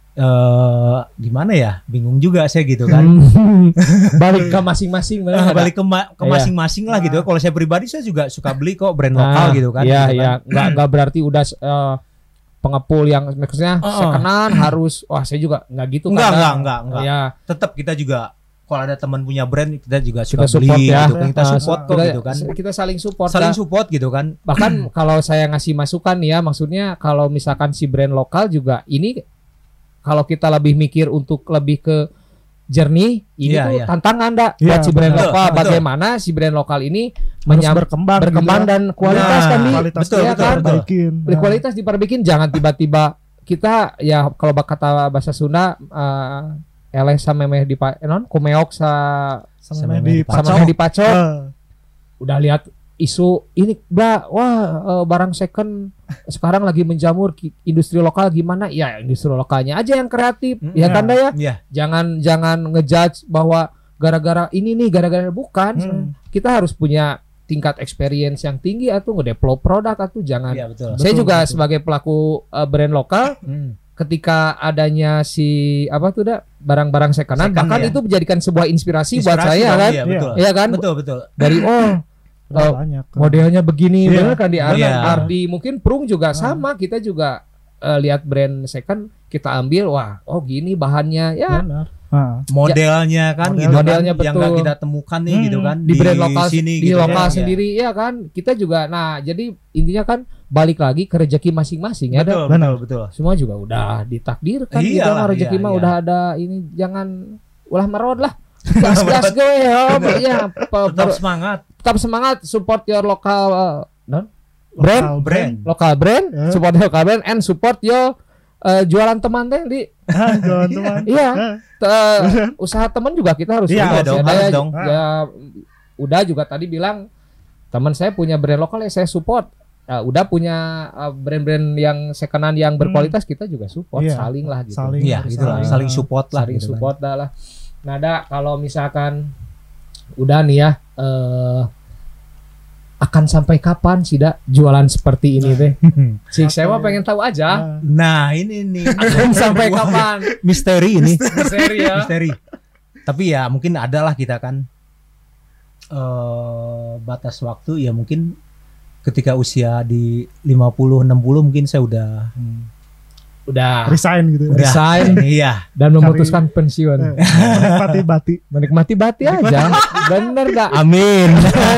Speaker 4: eh gimana ya? Bingung juga saya gitu kan.
Speaker 2: Hmm. Balik ke masing-masing bener
Speaker 4: Ah,
Speaker 2: nggak, Da?
Speaker 4: balik ke, ma- ke
Speaker 2: Iya.
Speaker 4: masing-masing lah gitu. Kalau saya pribadi saya juga suka beli kok brand
Speaker 2: Nah,
Speaker 4: lokal gitu kan.
Speaker 2: Iya,
Speaker 4: gitu
Speaker 2: iya.
Speaker 4: kan.
Speaker 2: Nggak nggak berarti udah eh, pengepul yang maksudnya
Speaker 4: Oh, oh.
Speaker 2: sekenan harus wah saya juga nggak gitu
Speaker 4: Enggak,
Speaker 2: kan. Da.
Speaker 4: enggak, enggak, enggak.
Speaker 2: Ya,
Speaker 4: Tetap kita juga kalau ada teman punya brand kita juga suka
Speaker 2: kita support
Speaker 4: beli
Speaker 2: ya.
Speaker 4: gitu kan. Kita
Speaker 2: Nah,
Speaker 4: support kok
Speaker 2: kita,
Speaker 4: gitu kan.
Speaker 2: kita saling support.
Speaker 4: Saling
Speaker 2: Dah.
Speaker 4: support gitu kan.
Speaker 2: Bahkan kalau saya ngasih masukan nih ya, maksudnya kalau misalkan si brand lokal juga ini kalau kita lebih mikir untuk lebih ke jernih, ini
Speaker 4: Iya,
Speaker 2: tuh
Speaker 4: iya.
Speaker 2: tantangan dah
Speaker 3: Iya,
Speaker 2: buat si brand
Speaker 4: betul,
Speaker 2: lokal.
Speaker 4: betul.
Speaker 2: Bagaimana si brand lokal ini
Speaker 3: Harus
Speaker 2: menyam-
Speaker 3: berkembang,
Speaker 2: berkembang
Speaker 3: gitu ya.
Speaker 2: dan kualitas
Speaker 4: Nah,
Speaker 2: kan di
Speaker 3: kualitas
Speaker 4: betul,
Speaker 2: iya
Speaker 4: betul,
Speaker 2: kan?
Speaker 4: betul.
Speaker 3: perbaikin.
Speaker 2: Berkualitas diperbikin, jangan tiba-tiba kita ya kalau kata bahasa Sunda eh eleh sama memeh di pa- eh, non kumeok sa
Speaker 3: sama
Speaker 4: Sama
Speaker 3: di
Speaker 4: di
Speaker 2: sama
Speaker 4: Pacok.
Speaker 2: memeh di pacok.
Speaker 3: Eh,
Speaker 2: Udah lihat isu ini bah wah eh, barang second sekarang lagi menjamur ki- industri lokal gimana ya industri lokalnya aja yang kreatif
Speaker 4: Mm,
Speaker 2: ya
Speaker 3: iya.
Speaker 2: kan Da ya
Speaker 4: Iya.
Speaker 2: jangan jangan ngejudge bahwa gara-gara ini nih gara-gara bukan
Speaker 3: Hmm.
Speaker 2: kita harus punya tingkat experience yang tinggi atau ngedevelop produk atau jangan
Speaker 4: Iya betul.
Speaker 2: saya
Speaker 3: Betul,
Speaker 2: juga
Speaker 3: betul.
Speaker 2: sebagai pelaku eh, brand lokal
Speaker 4: Hmm.
Speaker 2: ketika adanya si apa tuh Da barang-barang secondan
Speaker 4: Second,
Speaker 2: bahkan
Speaker 4: ya.
Speaker 2: itu menjadikan sebuah inspirasi, buat
Speaker 4: Inspirasi
Speaker 2: saya
Speaker 4: dong,
Speaker 2: kan
Speaker 4: Iya, betul.
Speaker 2: ya kan
Speaker 4: Betul betul.
Speaker 2: dari oh
Speaker 3: udah
Speaker 2: Oh,
Speaker 3: banyak.
Speaker 2: modelnya begini
Speaker 3: Iya.
Speaker 2: bener kan di Ardi,
Speaker 4: Iya.
Speaker 2: Ardi mungkin Prung juga
Speaker 3: Hmm.
Speaker 2: sama kita juga eh, lihat brand second kita ambil wah oh gini bahannya ya
Speaker 3: Benar. Nah,
Speaker 4: Modelnya kan
Speaker 3: Model-
Speaker 4: gitu
Speaker 2: modelnya
Speaker 4: kan yang
Speaker 2: betul.
Speaker 4: nggak kita temukan nih
Speaker 3: Hmm,
Speaker 4: gitu kan
Speaker 2: di brand lokal
Speaker 4: sini
Speaker 2: di
Speaker 4: gitu
Speaker 2: lokal
Speaker 4: ya.
Speaker 2: sendiri ya kan kita juga nah jadi intinya kan balik lagi ke rezeki masing-masing ya
Speaker 4: Betul,
Speaker 2: Da.
Speaker 3: benar.
Speaker 4: betul, betul.
Speaker 2: Semua juga udah ditakdirkan gitu
Speaker 4: Iyalah,
Speaker 2: mah rezeki
Speaker 4: iya,
Speaker 2: mah
Speaker 4: iya.
Speaker 2: udah ada ini jangan ulah merod lah gas gas gue ya ya pe-
Speaker 4: Tetap
Speaker 2: per-
Speaker 4: semangat.
Speaker 2: tetap semangat support your local uh, non? brand
Speaker 3: lokal
Speaker 4: brand.
Speaker 2: lokal brand
Speaker 3: Eh.
Speaker 2: support your local brand and support your uh, jualan teman teh di
Speaker 3: Ah, jualan teman.
Speaker 2: Iya.
Speaker 3: Eh,
Speaker 2: te- usaha teman juga kita harus
Speaker 3: Iya
Speaker 2: support
Speaker 4: dong,
Speaker 2: ya,
Speaker 4: harus
Speaker 2: ya,
Speaker 4: dong.
Speaker 2: ya udah juga tadi bilang teman saya punya brand lokal ya saya support. Uh, udah punya uh, brand-brand yang secondan yang berkualitas kita juga support,
Speaker 3: Iya.
Speaker 2: saling lah gitu.
Speaker 3: Saling,
Speaker 4: Iya, gitu lah,
Speaker 3: saling.
Speaker 4: saling support lah
Speaker 2: Saling
Speaker 4: gitu kan.
Speaker 2: support dah lah. Nah, ada kalau misalkan udah nih ya eh akan sampai kapan sih dak jualan seperti ini teh? Cik saya mah pengen tahu aja.
Speaker 3: Nah,
Speaker 4: Nah, ini nih
Speaker 2: Akan sampai kapan?
Speaker 4: misteri ini.
Speaker 2: Misteri ya.
Speaker 4: Misteri. Tapi ya mungkin ada lah kita kan eh batas waktu ya mungkin ketika usia di lima puluh enam puluh mungkin saya udah
Speaker 2: Udah
Speaker 3: resign gitu.
Speaker 4: udah
Speaker 2: Resign.
Speaker 4: iya.
Speaker 2: dan memutuskan pensiun.
Speaker 3: Eh, Menikmati bati.
Speaker 2: Menikmati bati aja. Bener dak?
Speaker 4: Amin.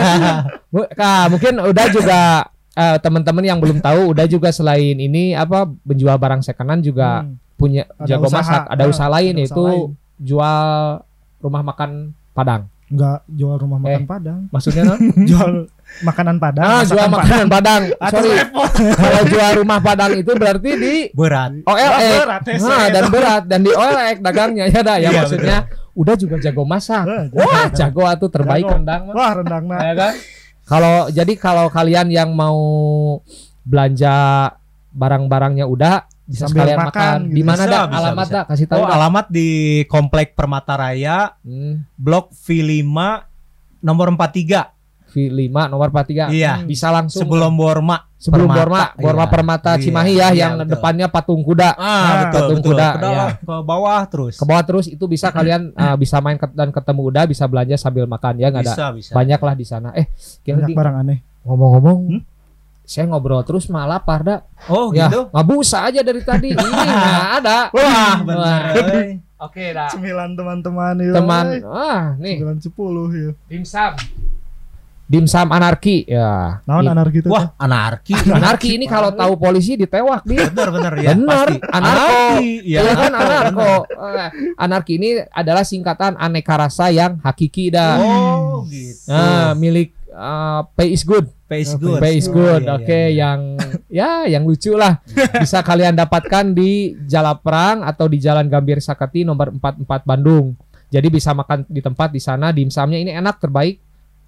Speaker 2: Bu- Kak, mungkin udah juga eh, teman-teman yang belum tahu udah juga selain ini apa menjual barang secondan juga
Speaker 3: Hmm.
Speaker 2: punya
Speaker 3: Ada
Speaker 2: jago
Speaker 3: usaha.
Speaker 2: masak, ada
Speaker 3: Ah,
Speaker 2: usaha lain
Speaker 3: ada
Speaker 2: yaitu
Speaker 3: usaha lain.
Speaker 2: jual rumah makan Padang.
Speaker 3: Enggak jual rumah makan
Speaker 2: Eh.
Speaker 3: Padang.
Speaker 2: Maksudnya non?
Speaker 3: Jual makanan Padang.
Speaker 2: Ah,
Speaker 3: masakan
Speaker 2: jual
Speaker 3: Padang.
Speaker 2: makanan Padang.
Speaker 3: Aduh,
Speaker 2: Sorry.
Speaker 3: repot.
Speaker 2: Kalau jual rumah Padang itu berarti di
Speaker 4: Berat.
Speaker 2: O L X.
Speaker 3: Wah, berat ya,
Speaker 2: Nah,
Speaker 3: saya
Speaker 2: dan
Speaker 3: tahu.
Speaker 2: berat dan di O L X dagangnya ya dah ya
Speaker 4: Iya,
Speaker 2: maksudnya udah juga jago masak.
Speaker 3: Eh,
Speaker 2: Wah, jago atuh terbaik
Speaker 3: Jago.
Speaker 2: rendang mah.
Speaker 3: Wah, rendang nah.
Speaker 2: Ya kan? Kalau jadi kalau kalian yang mau belanja barang-barangnya udah bisa
Speaker 3: Sambil
Speaker 2: sekalian
Speaker 3: makan
Speaker 2: makan.
Speaker 3: gitu.
Speaker 2: Di mana
Speaker 4: Bisa,
Speaker 2: dah
Speaker 4: bisa,
Speaker 2: alamat
Speaker 4: bisa.
Speaker 2: dah kasih tahu
Speaker 4: Oh,
Speaker 2: dah.
Speaker 4: alamat di Komplek Permata Raya,
Speaker 2: Hmm,
Speaker 4: Blok V lima nomor empat puluh tiga.
Speaker 2: V lima nomor empat puluh tiga.
Speaker 4: Iya.
Speaker 2: Bisa langsung
Speaker 4: Sebelum Borma.
Speaker 2: sebelum
Speaker 4: Permata,
Speaker 2: Borma, Borma
Speaker 4: iya.
Speaker 2: Permata
Speaker 4: Iya,
Speaker 2: Cimahi ya
Speaker 4: iya,
Speaker 2: yang
Speaker 4: betul.
Speaker 2: depannya patung kuda.
Speaker 4: Ah,
Speaker 3: Nah,
Speaker 4: betul,
Speaker 2: patung
Speaker 4: betul.
Speaker 2: kuda,
Speaker 4: Ke bawah,
Speaker 2: iya.
Speaker 4: ke bawah terus.
Speaker 2: Ke bawah terus itu bisa kalian uh, bisa main ke- dan ketemu udah bisa belanja sambil makan ya nggak ada.
Speaker 4: Bisa, bisa.
Speaker 2: Banyak lah di sana. Eh, kira
Speaker 3: Banyak barang aneh.
Speaker 2: ngomong-ngomong,
Speaker 3: Hmm?
Speaker 2: saya ngobrol terus malah lapar dah.
Speaker 4: Oh,
Speaker 2: Ya,
Speaker 4: gitu.
Speaker 2: nggak busa aja dari tadi. Ini nggak ada.
Speaker 4: Wah, benar.
Speaker 2: Wah. Oke dah.
Speaker 3: Cemilan teman-teman ya.
Speaker 2: Teman,
Speaker 3: woy.
Speaker 2: ah nih
Speaker 3: Sembilan sepuluh ya.
Speaker 2: dimsum, dimsum anarki ya.
Speaker 3: Naon
Speaker 2: Ih,
Speaker 3: anarki itu?
Speaker 4: Wah, anarki.
Speaker 2: anarki ini kalau tahu polisi ditewak dia.
Speaker 4: Benar, benar ya.
Speaker 2: Benar,
Speaker 4: pasti.
Speaker 2: anarko.
Speaker 4: Iya,
Speaker 2: Iya kan anarko. Eh, Anarki ini adalah singkatan aneka rasa yang hakiki dah.
Speaker 4: Oh, gitu.
Speaker 2: Nah, milik uh, Pay is good.
Speaker 4: Pay is
Speaker 3: Oh,
Speaker 4: good.
Speaker 2: Pay is
Speaker 3: Oh,
Speaker 2: good.
Speaker 4: Iya,
Speaker 2: Oke,
Speaker 4: iya, iya.
Speaker 2: yang ya yang lucu lah. Bisa kalian dapatkan di Jalaprang atau di Jalan Gambir Sakati nomor empat puluh empat Bandung. Jadi bisa makan di tempat di sana, dimsumnya ini enak terbaik.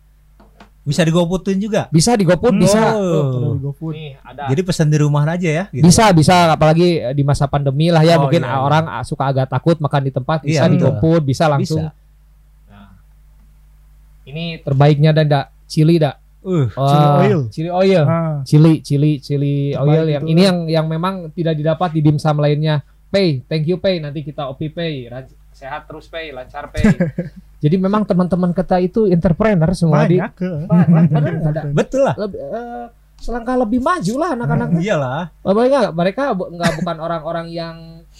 Speaker 4: Bisa digoputin juga.
Speaker 2: Bisa di GoFood,
Speaker 3: Hmm,
Speaker 2: bisa.
Speaker 3: Oh,
Speaker 4: Oh.
Speaker 3: di GoFood.
Speaker 2: Nih, ada.
Speaker 4: Jadi pesan di rumah aja ya. Gitu.
Speaker 2: Bisa, bisa apalagi di masa pandemi lah ya,
Speaker 4: Oh,
Speaker 2: mungkin
Speaker 4: iya, iya.
Speaker 2: orang suka agak takut makan di tempat, bisa
Speaker 4: Iya,
Speaker 2: di
Speaker 4: betul.
Speaker 2: GoFood, bisa langsung.
Speaker 4: Bisa.
Speaker 2: Nah, ini terbaiknya dan dak chili dak.
Speaker 4: Uh,
Speaker 3: Chili oil.
Speaker 2: Chili oil.
Speaker 3: Ah,
Speaker 2: Chili, chili, chili
Speaker 3: Terbaik
Speaker 2: oil yang
Speaker 3: itu.
Speaker 2: ini yang yang memang tidak didapat di dimsum lainnya. Pay, thank you Pay. Nanti kita O P Pay. Raj- Sehat terus Pay, lancar Pay. Jadi memang teman-teman kita itu entrepreneur semua di
Speaker 3: banyak ke.
Speaker 2: Banyak, bener nggak ada.
Speaker 4: betul lah.
Speaker 2: Lebih, eh, selangkah lebih maju lah anak-anak.
Speaker 4: Iyalah.
Speaker 2: Mereka mereka bu- nggak bukan orang-orang yang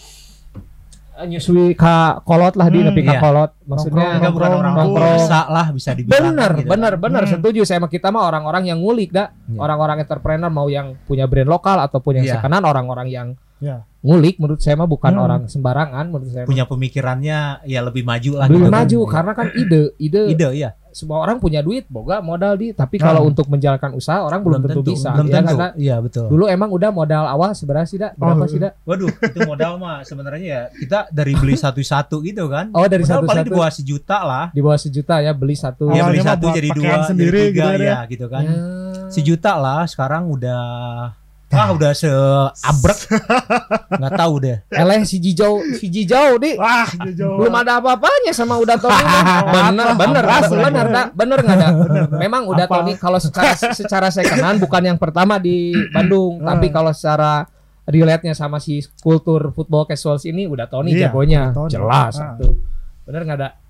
Speaker 2: eh, nyusui ka kolot lah di
Speaker 3: Hmm,
Speaker 2: nepi ka
Speaker 4: iya.
Speaker 2: kolot. Maksudnya
Speaker 3: Nongkrong,
Speaker 4: Mereka bukan orang
Speaker 2: nongkrong.
Speaker 4: biasa lah bisa dibilang.
Speaker 2: Bener,
Speaker 4: gitu.
Speaker 2: bener, bener.
Speaker 3: Hmm.
Speaker 2: Setuju. Saya sama kita mah orang-orang yang ngulik dah.
Speaker 4: Iya.
Speaker 2: Orang-orang entrepreneur mau yang punya brand lokal ataupun yang
Speaker 4: Iya.
Speaker 2: sekenan, orang-orang yang
Speaker 3: Ya.
Speaker 2: ngulik. Menurut saya mah bukan
Speaker 3: Hmm.
Speaker 2: orang sembarangan. Menurut saya mah.
Speaker 4: Punya pemikirannya ya lebih maju lah.
Speaker 2: Lebih
Speaker 4: gitu kan.
Speaker 2: maju karena kan ide, ide,
Speaker 4: Ide ya.
Speaker 2: semua orang punya duit, boga modal di. Tapi
Speaker 3: Hmm.
Speaker 2: kalau untuk menjalankan usaha orang belum, tentu, bisa.
Speaker 4: Belum
Speaker 2: ya,
Speaker 4: tentu.
Speaker 2: karena
Speaker 4: Iya betul.
Speaker 2: dulu emang udah modal awal seberapa sih dak? Berapa
Speaker 3: Oh,
Speaker 2: sih dak?
Speaker 4: Waduh, itu modal mah sebenarnya ya kita dari beli satu-satu gitu kan.
Speaker 2: Oh dari
Speaker 4: Modal paling
Speaker 2: satu-satu
Speaker 4: di bawah sejuta lah.
Speaker 2: di bawah sejuta ya beli satu.
Speaker 4: Ya beli
Speaker 3: Awalnya mah
Speaker 4: satu
Speaker 3: buat
Speaker 4: jadi dua,
Speaker 3: pakaian
Speaker 4: jadi
Speaker 3: sendiri
Speaker 4: tiga
Speaker 3: gitu
Speaker 4: ya
Speaker 3: ya.
Speaker 4: gitu kan.
Speaker 2: Ya.
Speaker 4: Sejuta lah sekarang udah ah udah seabrek. Nggak tahu deh.
Speaker 2: Eleh si Jijau, si Jijau di.
Speaker 3: Wah, jauh.
Speaker 2: Belum ada apa-apanya sama Uda Tony. bener, bener,
Speaker 3: Ampun.
Speaker 2: bener, bener, dak. Bener nggak dak? Memang Uda
Speaker 3: Apa?
Speaker 2: Tony kalau secara secara sekenan bukan yang pertama di Bandung, tapi kalau secara relate-nya sama si kultur football casuals ini Uda Tony
Speaker 3: Iya,
Speaker 2: jagonya,
Speaker 3: Uda Tony.
Speaker 2: jelas
Speaker 3: Ah.
Speaker 2: tuh. Bener nggak dak?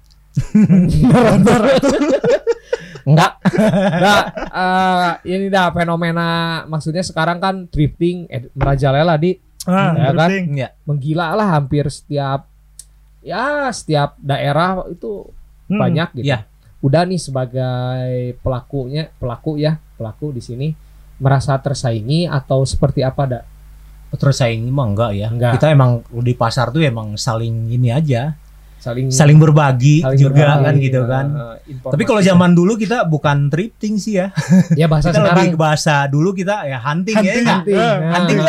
Speaker 2: Enggak. Enggak. Eh, ini dah fenomena maksudnya sekarang kan drifting eh, merajalela di
Speaker 3: Ah,
Speaker 2: Ya kan?
Speaker 3: drifting.
Speaker 4: Ya.
Speaker 2: menggila lah hampir setiap ya setiap daerah itu
Speaker 3: Hmm.
Speaker 2: banyak gitu.
Speaker 4: Iya.
Speaker 2: Udah nih sebagai pelakunya, pelaku ya, pelaku di sini merasa tersaingi atau seperti apa dak?
Speaker 4: Terus saya ini mah enggak ya.
Speaker 2: Enggak.
Speaker 4: Kita emang di pasar tuh emang saling ini aja,
Speaker 2: Saling
Speaker 4: saling berbagi
Speaker 2: saling
Speaker 4: juga
Speaker 2: berbagi,
Speaker 4: kan gitu kan.
Speaker 2: eh, informasi.
Speaker 4: Tapi kalau zaman dulu kita bukan thrifting sih ya.
Speaker 2: ya bahasa
Speaker 4: Kita
Speaker 2: sekarang
Speaker 4: lebih ke bahasa dulu kita ya hunting, ya.
Speaker 3: Hunting.
Speaker 4: kan?
Speaker 2: hunting.
Speaker 3: Eh,
Speaker 2: Nah,
Speaker 4: hunting lah.
Speaker 2: nah.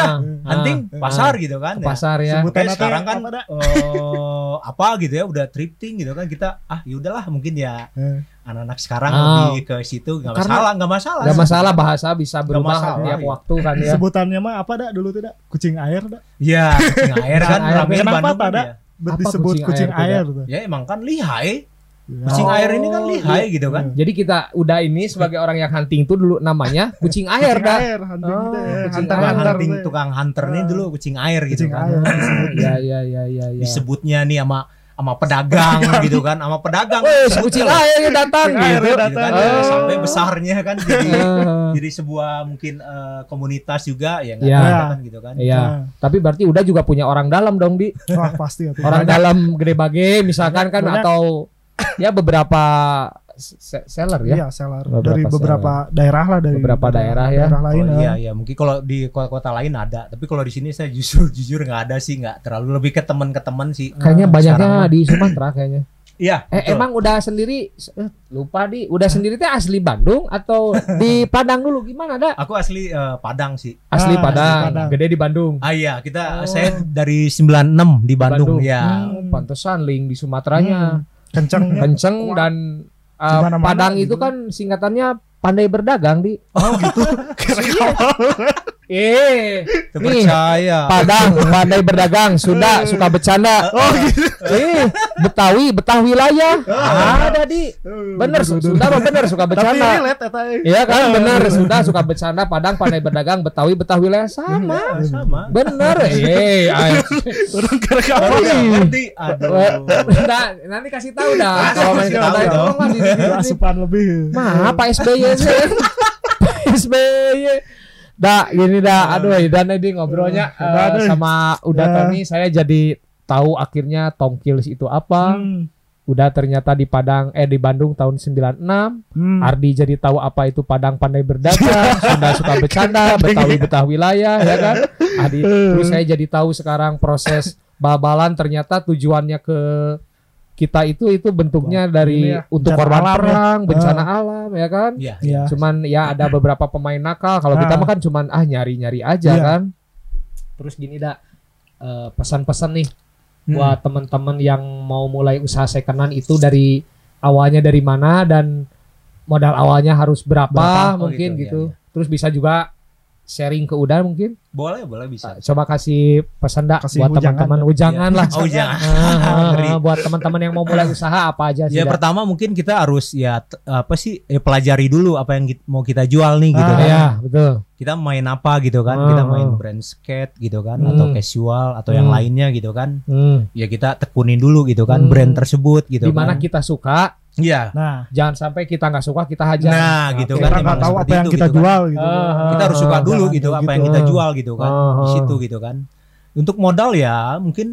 Speaker 4: hunting
Speaker 2: Ah.
Speaker 4: pasar gitu kan.
Speaker 2: Ke pasar ya.
Speaker 3: Sebutan
Speaker 4: Kayak sekarang kan
Speaker 3: apa dah?
Speaker 4: eh, apa gitu ya udah thrifting gitu kan kita ah yaudahlah mungkin ya
Speaker 3: Eh.
Speaker 4: anak-anak sekarang
Speaker 2: Oh.
Speaker 4: lebih ke situ nggak
Speaker 2: Karena-
Speaker 4: masalah nggak masalah.
Speaker 2: Gak masalah bahasa bisa
Speaker 4: Nggak
Speaker 2: berubah
Speaker 4: masalah,
Speaker 2: tiap
Speaker 4: iya.
Speaker 2: waktu kan ya.
Speaker 3: Sebutannya mah apa dah dulu tuh dah? Kucing air dah.
Speaker 4: Iya, kucing air kan
Speaker 2: Kucing air.
Speaker 4: ramein
Speaker 3: Kenapa
Speaker 4: Bandung kan
Speaker 3: pada?
Speaker 4: ya.
Speaker 3: Ber-
Speaker 2: Apa
Speaker 3: disebut
Speaker 2: kucing
Speaker 3: kucing,
Speaker 2: air
Speaker 3: air,
Speaker 2: tuh,
Speaker 3: tuh.
Speaker 4: Ya emang kan lihai.
Speaker 3: Ya.
Speaker 4: Kucing
Speaker 2: Oh,
Speaker 4: air ini kan lihai gitu kan.
Speaker 2: Jadi kita udah ini sebagai orang yang hunting tuh dulu namanya kucing air
Speaker 3: Kucing
Speaker 2: dah.
Speaker 3: air, hunting
Speaker 2: Oh,
Speaker 3: gitu ya.
Speaker 2: kucing
Speaker 3: Hunter
Speaker 2: air.
Speaker 4: Tukang
Speaker 3: hunter
Speaker 4: hunting,
Speaker 3: tuh.
Speaker 4: tukang hunter nih dulu kucing air gitu
Speaker 3: Kucing
Speaker 4: kan.
Speaker 3: air.
Speaker 2: Iya iya iya iya iya.
Speaker 4: Disebutnya nih sama sama pedagang gitu kan, sama pedagang.
Speaker 2: Wih, si kucing air datang
Speaker 3: Kucing air
Speaker 2: gitu.
Speaker 3: ya
Speaker 4: Gitu
Speaker 3: datang.
Speaker 4: kan,
Speaker 2: Oh.
Speaker 4: sampai besarnya kan jadi
Speaker 2: Eh,
Speaker 4: jadi sebuah mungkin eh, komunitas juga ya nggak
Speaker 2: Iya.
Speaker 4: ada kan gitu kan.
Speaker 2: Iya.
Speaker 3: Nah,
Speaker 2: Tapi berarti udah juga punya orang dalam dong di
Speaker 3: wah pasti ya.
Speaker 2: orang dalam gede bage misalkan kan
Speaker 3: Banyak.
Speaker 2: atau ya beberapa se- seller ya.
Speaker 3: Iya, seller
Speaker 2: Beberapa
Speaker 3: dari beberapa daerah lah dari
Speaker 2: Beberapa daerah ya.
Speaker 3: Daerah lain.
Speaker 4: Oh,
Speaker 3: eh.
Speaker 4: iya iya mungkin kalau di kota-kota lain ada, tapi kalau di sini saya justru jujur nggak ada sih, nggak terlalu, lebih ke teman ke teman sih.
Speaker 2: Kayaknya
Speaker 3: Ah,
Speaker 2: banyaknya
Speaker 4: sekarang mah.
Speaker 2: di Sumatera kayaknya.
Speaker 4: Iya.
Speaker 2: Eh
Speaker 4: betul.
Speaker 2: emang udah sendiri eh, lupa di udah sendiri teh asli Bandung atau di Padang dulu gimana ada?
Speaker 4: Aku asli eh, Padang sih.
Speaker 2: Asli
Speaker 3: Ah, asli
Speaker 2: Padang,
Speaker 3: Padang.
Speaker 2: gede di Bandung.
Speaker 4: Ah iya kita
Speaker 2: Oh.
Speaker 4: saya dari sembilan puluh enam di Bandung, ya.
Speaker 2: Hmm, pantesan link di Sumateranya
Speaker 3: Kencengnya.
Speaker 2: kenceng dan uh,
Speaker 3: Dimana-mana
Speaker 2: Padang
Speaker 3: gitu.
Speaker 2: itu kan singkatannya pandai berdagang di.
Speaker 3: Oh gitu.
Speaker 2: Eh, nih
Speaker 4: Percaya.
Speaker 2: Padang pandai berdagang, sudah suka bercanda. Oh gitu. Eh, Betawi, Betawi wilayah. Ada di. Bener, sudah mah bener suka
Speaker 3: Tapi
Speaker 2: bercanda.
Speaker 3: relate eta. eh.
Speaker 2: Iya kan bener, sudah suka bercanda. Padang pandai berdagang, Betawi, Betawi wilayah sama.
Speaker 4: Ya, sama.
Speaker 2: Bener, eh, ay.
Speaker 3: Orang kerekam.
Speaker 4: Oh, iya,
Speaker 2: Ih.
Speaker 4: ngerti. Aduh.
Speaker 2: Nah, nanti kasih tahu dah kalau main
Speaker 4: Kasih
Speaker 2: kata
Speaker 4: tahu
Speaker 2: itu
Speaker 4: dong.
Speaker 2: mah di- di- di-
Speaker 3: Asupan lebih.
Speaker 2: Mah Pak S B Y sih. Pak S B Y. Dah gini dah, aduh dan ini ngobrolnya
Speaker 3: Uh, udah
Speaker 2: eh,
Speaker 3: deh.
Speaker 2: sama Uda
Speaker 3: Ya.
Speaker 2: Tony saya jadi tahu akhirnya Tongkils itu apa.
Speaker 3: Hmm.
Speaker 2: Udah ternyata di Padang eh di Bandung tahun sembilan puluh enam.
Speaker 3: Hmm.
Speaker 2: Ardi jadi tahu apa itu Padang pandai berdagang, Sunda suka bercanda, Betawi betah wilayah ya kan. Ardi terus saya jadi tahu sekarang proses babalan ternyata tujuannya ke kita itu itu bentuknya dari
Speaker 3: Ini ya,
Speaker 2: untuk
Speaker 3: bencana
Speaker 2: korban
Speaker 3: alam ya.
Speaker 2: perang, bencana
Speaker 3: Ah.
Speaker 2: alam ya kan.
Speaker 4: Iya.
Speaker 3: Iya.
Speaker 2: Cuman ya ada beberapa pemain nakal. Kalau kita
Speaker 3: Ah.
Speaker 2: mah kan cuman ah nyari-nyari aja
Speaker 3: Iya.
Speaker 2: kan. Terus gini dah eh, pesan-pesan nih
Speaker 4: Hmm.
Speaker 2: buat teman-teman yang mau mulai usaha secondan itu dari awalnya dari mana dan modal awalnya harus berapa,
Speaker 4: Berapa? Oh,
Speaker 2: mungkin
Speaker 4: gitu,
Speaker 2: gitu.
Speaker 4: iya,
Speaker 2: Terus bisa juga sharing ke Uda mungkin.
Speaker 4: Boleh, boleh bisa.
Speaker 2: Coba kasih pesan dah
Speaker 3: Kasih
Speaker 2: buat
Speaker 3: ujangan.
Speaker 2: teman-teman ujangan lah.
Speaker 4: Oh, jangan.
Speaker 2: Ah, ah,
Speaker 4: Ngeri.
Speaker 2: ah, buat teman-teman yang mau mulai usaha apa aja sih.
Speaker 4: Ya
Speaker 2: Dah?
Speaker 4: pertama mungkin kita harus ya t- apa sih eh, pelajari dulu apa yang kit- mau kita jual nih gitu
Speaker 3: Ah,
Speaker 4: kan.
Speaker 2: Ya, betul.
Speaker 4: Kita main apa gitu kan?
Speaker 2: Ah,
Speaker 4: Kita main
Speaker 2: ah.
Speaker 4: brand skate gitu kan
Speaker 2: Hmm.
Speaker 4: atau casual atau yang
Speaker 2: Hmm.
Speaker 4: lainnya gitu kan.
Speaker 2: Hmm.
Speaker 4: Ya kita tekunin dulu gitu kan
Speaker 2: Hmm.
Speaker 4: brand tersebut gitu
Speaker 2: Di mana
Speaker 4: kan.
Speaker 2: kita suka,
Speaker 4: Iya.
Speaker 3: Nah,
Speaker 2: jangan sampai kita nggak suka kita hajar.
Speaker 4: Nah, gitu
Speaker 2: oke.
Speaker 4: kan,
Speaker 3: kita
Speaker 4: emang
Speaker 3: nggak tahu apa
Speaker 4: seperti
Speaker 3: yang
Speaker 4: itu
Speaker 3: kita
Speaker 4: gitu kan.
Speaker 3: jual gitu.
Speaker 2: Ah,
Speaker 4: Kita harus suka
Speaker 2: ah,
Speaker 4: dulu
Speaker 3: jangan
Speaker 4: gitu
Speaker 3: kayak
Speaker 4: apa
Speaker 3: gitu.
Speaker 4: yang kita jual gitu kan.
Speaker 2: Ah,
Speaker 4: Di
Speaker 2: ah.
Speaker 4: situ gitu kan. Untuk modal ya mungkin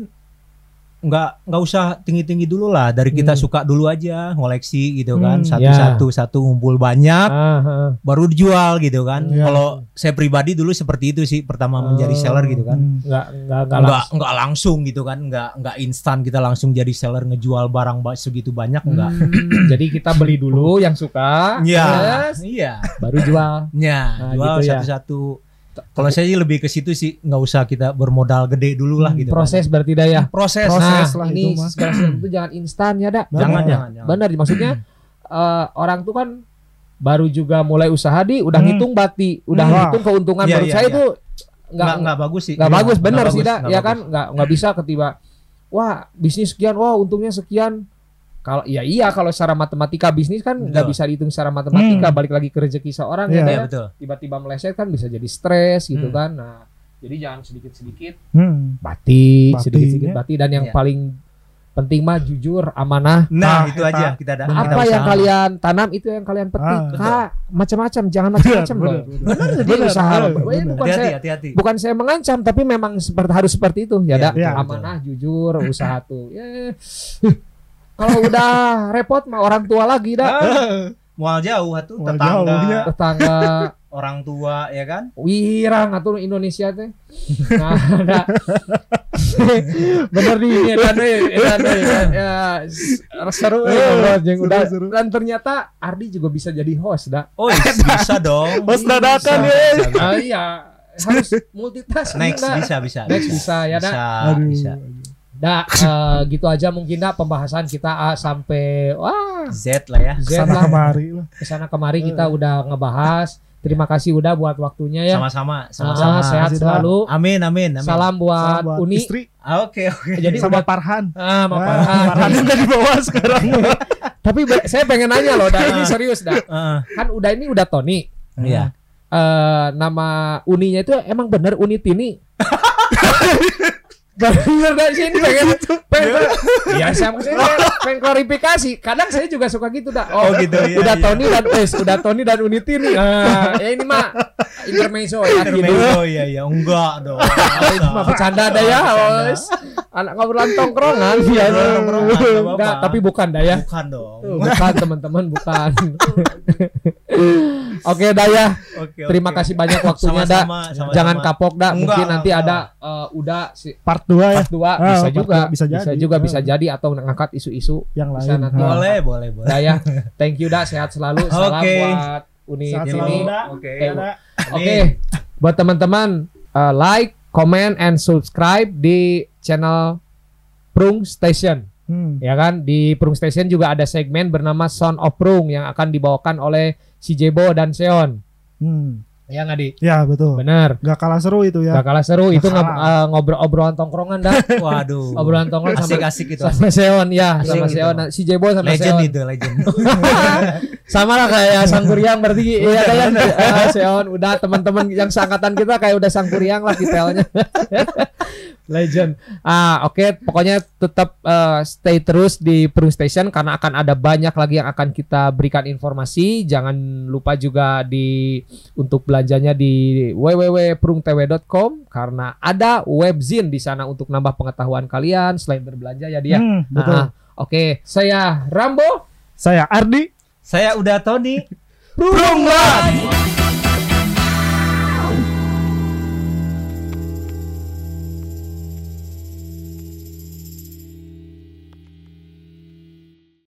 Speaker 4: nggak nggak usah tinggi-tinggi dulu lah, dari kita
Speaker 2: Hmm.
Speaker 4: suka dulu aja, ngoleksi gitu kan,
Speaker 3: Hmm.
Speaker 4: satu-satu satu ngumpul banyak
Speaker 2: Ah, ah.
Speaker 4: baru dijual gitu kan.
Speaker 3: Iya.
Speaker 4: Kalau saya pribadi dulu seperti itu sih, pertama menjadi
Speaker 2: Oh.
Speaker 4: seller gitu kan.
Speaker 3: Hmm.
Speaker 2: Nggak nggak nggak
Speaker 4: Nggak
Speaker 2: langsung.
Speaker 4: nggak langsung gitu kan, nggak nggak instan kita langsung jadi seller ngejual barang ba- segitu banyak nggak.
Speaker 2: Hmm, jadi kita beli dulu yang suka,
Speaker 4: Iya,
Speaker 2: yes,
Speaker 4: iya,
Speaker 2: baru jual.
Speaker 4: ya,
Speaker 2: Nah,
Speaker 4: jual
Speaker 2: gitu ya.
Speaker 4: satu-satu. Kalau saya sih lebih ke situ sih, nggak usah kita bermodal gede dulu lah gitu.
Speaker 2: Proses
Speaker 4: kan.
Speaker 2: berarti dah ya.
Speaker 4: proses,
Speaker 3: Proses
Speaker 2: Nah,
Speaker 3: lah
Speaker 2: ini
Speaker 3: itu mah.
Speaker 2: segala sesuatu itu jangan instan ya dak.
Speaker 3: Benar.
Speaker 4: jangan jangan jangan.
Speaker 2: Benar, maksudnya eh, orang tuh kan baru juga mulai usaha di udah
Speaker 3: Hmm.
Speaker 2: ngitung bati, udah
Speaker 3: Hmm.
Speaker 2: ngitung keuntungan.
Speaker 4: Iya,
Speaker 2: Menurut
Speaker 4: iya,
Speaker 2: saya
Speaker 4: iya.
Speaker 2: itu
Speaker 4: nggak
Speaker 2: nggak
Speaker 4: nggak bagus sih.
Speaker 2: nggak
Speaker 4: Iya,
Speaker 2: bagus, benar
Speaker 4: nggak
Speaker 2: sih
Speaker 4: bagus,
Speaker 2: dak.
Speaker 4: nggak
Speaker 2: Ya
Speaker 4: bagus.
Speaker 2: kan nggak nggak bisa ketiba wah bisnis sekian, wah untungnya sekian. Kalau ya iya kalau secara matematika bisnis kan nggak
Speaker 4: Betul.
Speaker 2: bisa dihitung secara matematika,
Speaker 3: Hmm.
Speaker 2: balik lagi ke rezeki seorang
Speaker 3: Iya.
Speaker 2: ya, Dak,
Speaker 4: Iya
Speaker 2: ya.
Speaker 4: betul.
Speaker 2: Tiba-tiba meleset kan bisa jadi stres gitu
Speaker 4: Hmm.
Speaker 2: kan. Nah, jadi jangan sedikit-sedikit
Speaker 3: Hmm.
Speaker 2: bati,
Speaker 3: Bati,
Speaker 2: sedikit-sedikit
Speaker 3: ya.
Speaker 2: bati dan yang
Speaker 4: Iya.
Speaker 2: paling penting mah jujur, amanah.
Speaker 4: Nah,
Speaker 3: Nah,
Speaker 4: itu
Speaker 3: eta.
Speaker 4: aja kita ada.
Speaker 2: Apa
Speaker 4: kita
Speaker 2: yang
Speaker 4: usaha.
Speaker 2: kalian tanam itu yang kalian petik.
Speaker 3: Ah,
Speaker 2: Kak, macam-macam, jangan macam-macam loh.
Speaker 3: Benar, benar.
Speaker 2: Benar jadi
Speaker 3: Benar,
Speaker 2: usaha.
Speaker 3: benar,
Speaker 2: Bukan
Speaker 3: benar.
Speaker 2: bukan
Speaker 4: Hati-hati,
Speaker 2: saya
Speaker 4: hati-hati.
Speaker 2: bukan saya mengancam tapi memang seperti harus seperti itu ya,
Speaker 4: Iya,
Speaker 2: Dak.
Speaker 3: iya,
Speaker 2: Amanah, jujur, usaha tuh. Ya. Kalau udah repot mah orang tua lagi, Dak.
Speaker 4: Ah, mual jauh atuh
Speaker 3: Mual
Speaker 4: tetangga,
Speaker 3: jauhnya.
Speaker 2: Tetangga
Speaker 4: orang tua ya kan.
Speaker 2: wirang atau Indonesia teh. Nah, ada. Bener nih, edan we, edan we. Ya, s- seru we ngobrol jeung
Speaker 3: Seru,
Speaker 2: udah.
Speaker 3: seru.
Speaker 2: Dan ternyata Ardi juga bisa jadi host, Dak.
Speaker 4: Oh, bisa dong.
Speaker 3: Bos dadakan
Speaker 4: Bisa,
Speaker 3: ya.
Speaker 4: bisa, bisa.
Speaker 2: Ah, iya. harus multitask.
Speaker 4: Next
Speaker 2: Nda.
Speaker 4: bisa bisa.
Speaker 2: Next bisa ya dah.
Speaker 4: Bisa,
Speaker 3: Aduh.
Speaker 4: bisa.
Speaker 2: Dah eh, gitu aja mungkin dah pembahasan kita A sampai wah
Speaker 4: Z lah ya.
Speaker 2: Z
Speaker 3: Sana
Speaker 2: lah.
Speaker 3: kemari lah.
Speaker 2: Kesana kemari kita udah ngebahas. Terima kasih udah buat waktunya ya.
Speaker 4: Sama-sama,
Speaker 2: Ah,
Speaker 4: sama-sama.
Speaker 2: sehat
Speaker 3: Kasih,
Speaker 2: selalu.
Speaker 4: Amin, amin, amin.
Speaker 2: Salam buat,
Speaker 3: Salam buat
Speaker 2: Uni.
Speaker 3: istri
Speaker 4: Ah, Oke, oke.
Speaker 2: Jadi
Speaker 3: sama
Speaker 2: udah
Speaker 3: Parhan.
Speaker 2: ah, sama
Speaker 3: Ah,
Speaker 2: Farhan.
Speaker 3: Parhan udah di bawah sekarang.
Speaker 2: Tapi be- saya pengen nanya loh, dah ini serius dah.
Speaker 4: Heeh.
Speaker 2: Kan udah ini udah Tony.
Speaker 4: Iya.
Speaker 2: Eh nama uninya itu emang bener Uni Tini. Bener dah sini pengen pengen ya saya maksudnya pengen klarifikasi. Kadang saya juga suka gitu dah.
Speaker 4: Oh, gitu, iya,
Speaker 2: udah
Speaker 4: iya.
Speaker 2: Tony dan eh udah Tony dan Uni Tini. Ah, ya ini mah intermezzo ya.
Speaker 4: Intermezzo, iya, iya. Enggak dong.
Speaker 2: Ah, itu mah bercanda ada ya, bos. Anak ngobrolan tongkrongan ya.
Speaker 4: Ngobrolan tongkrongan, nggak apa-apa.
Speaker 2: Enggak, tapi bukan dah ya.
Speaker 4: Bukan dong.
Speaker 2: Bukan teman-teman, bukan. Oke dah ya.
Speaker 4: Oke,
Speaker 2: Terima
Speaker 4: oke.
Speaker 2: kasih banyak waktunya dah.
Speaker 4: Sama-sama, sama-sama.
Speaker 2: Jangan kapok dah.
Speaker 4: Enggak,
Speaker 2: Mungkin nanti
Speaker 4: enggak.
Speaker 2: ada eh, udah si
Speaker 3: Part dua ya.
Speaker 2: part dua
Speaker 3: Ah,
Speaker 2: bisa
Speaker 3: part
Speaker 2: juga.
Speaker 3: dua bisa jadi.
Speaker 2: juga
Speaker 3: Ah.
Speaker 2: bisa jadi atau ngangkat isu-isu
Speaker 3: Yang
Speaker 2: bisa
Speaker 3: lain.
Speaker 2: nanti.
Speaker 3: Ah.
Speaker 4: Boleh, boleh, boleh.
Speaker 2: Dah ya. Thank you dah. Sehat selalu. Salam
Speaker 4: Oke.
Speaker 2: buat Uni
Speaker 3: Sehat
Speaker 2: Tini.
Speaker 3: selalu, dah.
Speaker 4: Oke.
Speaker 2: Eh,
Speaker 3: Ada.
Speaker 2: Oke, buat teman-teman uh, like, comment, and subscribe di channel Prung Station.
Speaker 3: Hmm.
Speaker 2: Ya kan, di Prung Station juga ada segmen bernama Sound of Prung yang akan dibawakan oleh si Jebo dan Seon.
Speaker 3: Hmm.
Speaker 2: Ya nggak di?
Speaker 3: Ya betul.
Speaker 2: Bener.
Speaker 3: Gak kalah seru itu ya.
Speaker 2: Gak kalah seru itu
Speaker 3: Gak
Speaker 2: ngob-
Speaker 3: kalah.
Speaker 2: uh, ngobrol-obrolan tongkrongan dah.
Speaker 4: Waduh.
Speaker 2: Obrolan tongkrongan sama
Speaker 4: Asik-asik itu.
Speaker 2: sama Seon ya, sama
Speaker 4: Asik
Speaker 2: Seon.
Speaker 4: itu.
Speaker 2: Si Jebo sama
Speaker 4: Legend
Speaker 2: Seon.
Speaker 4: itu, legend.
Speaker 2: Sama lah kayak Sangkuriang berarti iya kan ya. Ah, Seon udah teman-teman yang seangkatan kita kayak udah Sangkuriang lah detailnya. Legend. Ah, oke, pokoknya tetap eh, stay terus di Prung Station karena akan ada banyak lagi yang akan kita berikan informasi. Jangan lupa juga di untuk belanjanya di w w w titik prung t w titik com karena ada webzine di sana untuk nambah pengetahuan kalian selain berbelanja ya dia.
Speaker 3: Hmm, betul.
Speaker 2: Ah, oke, saya Rambo.
Speaker 3: Saya Ardi.
Speaker 4: Saya udah Tony.
Speaker 2: Prung lah.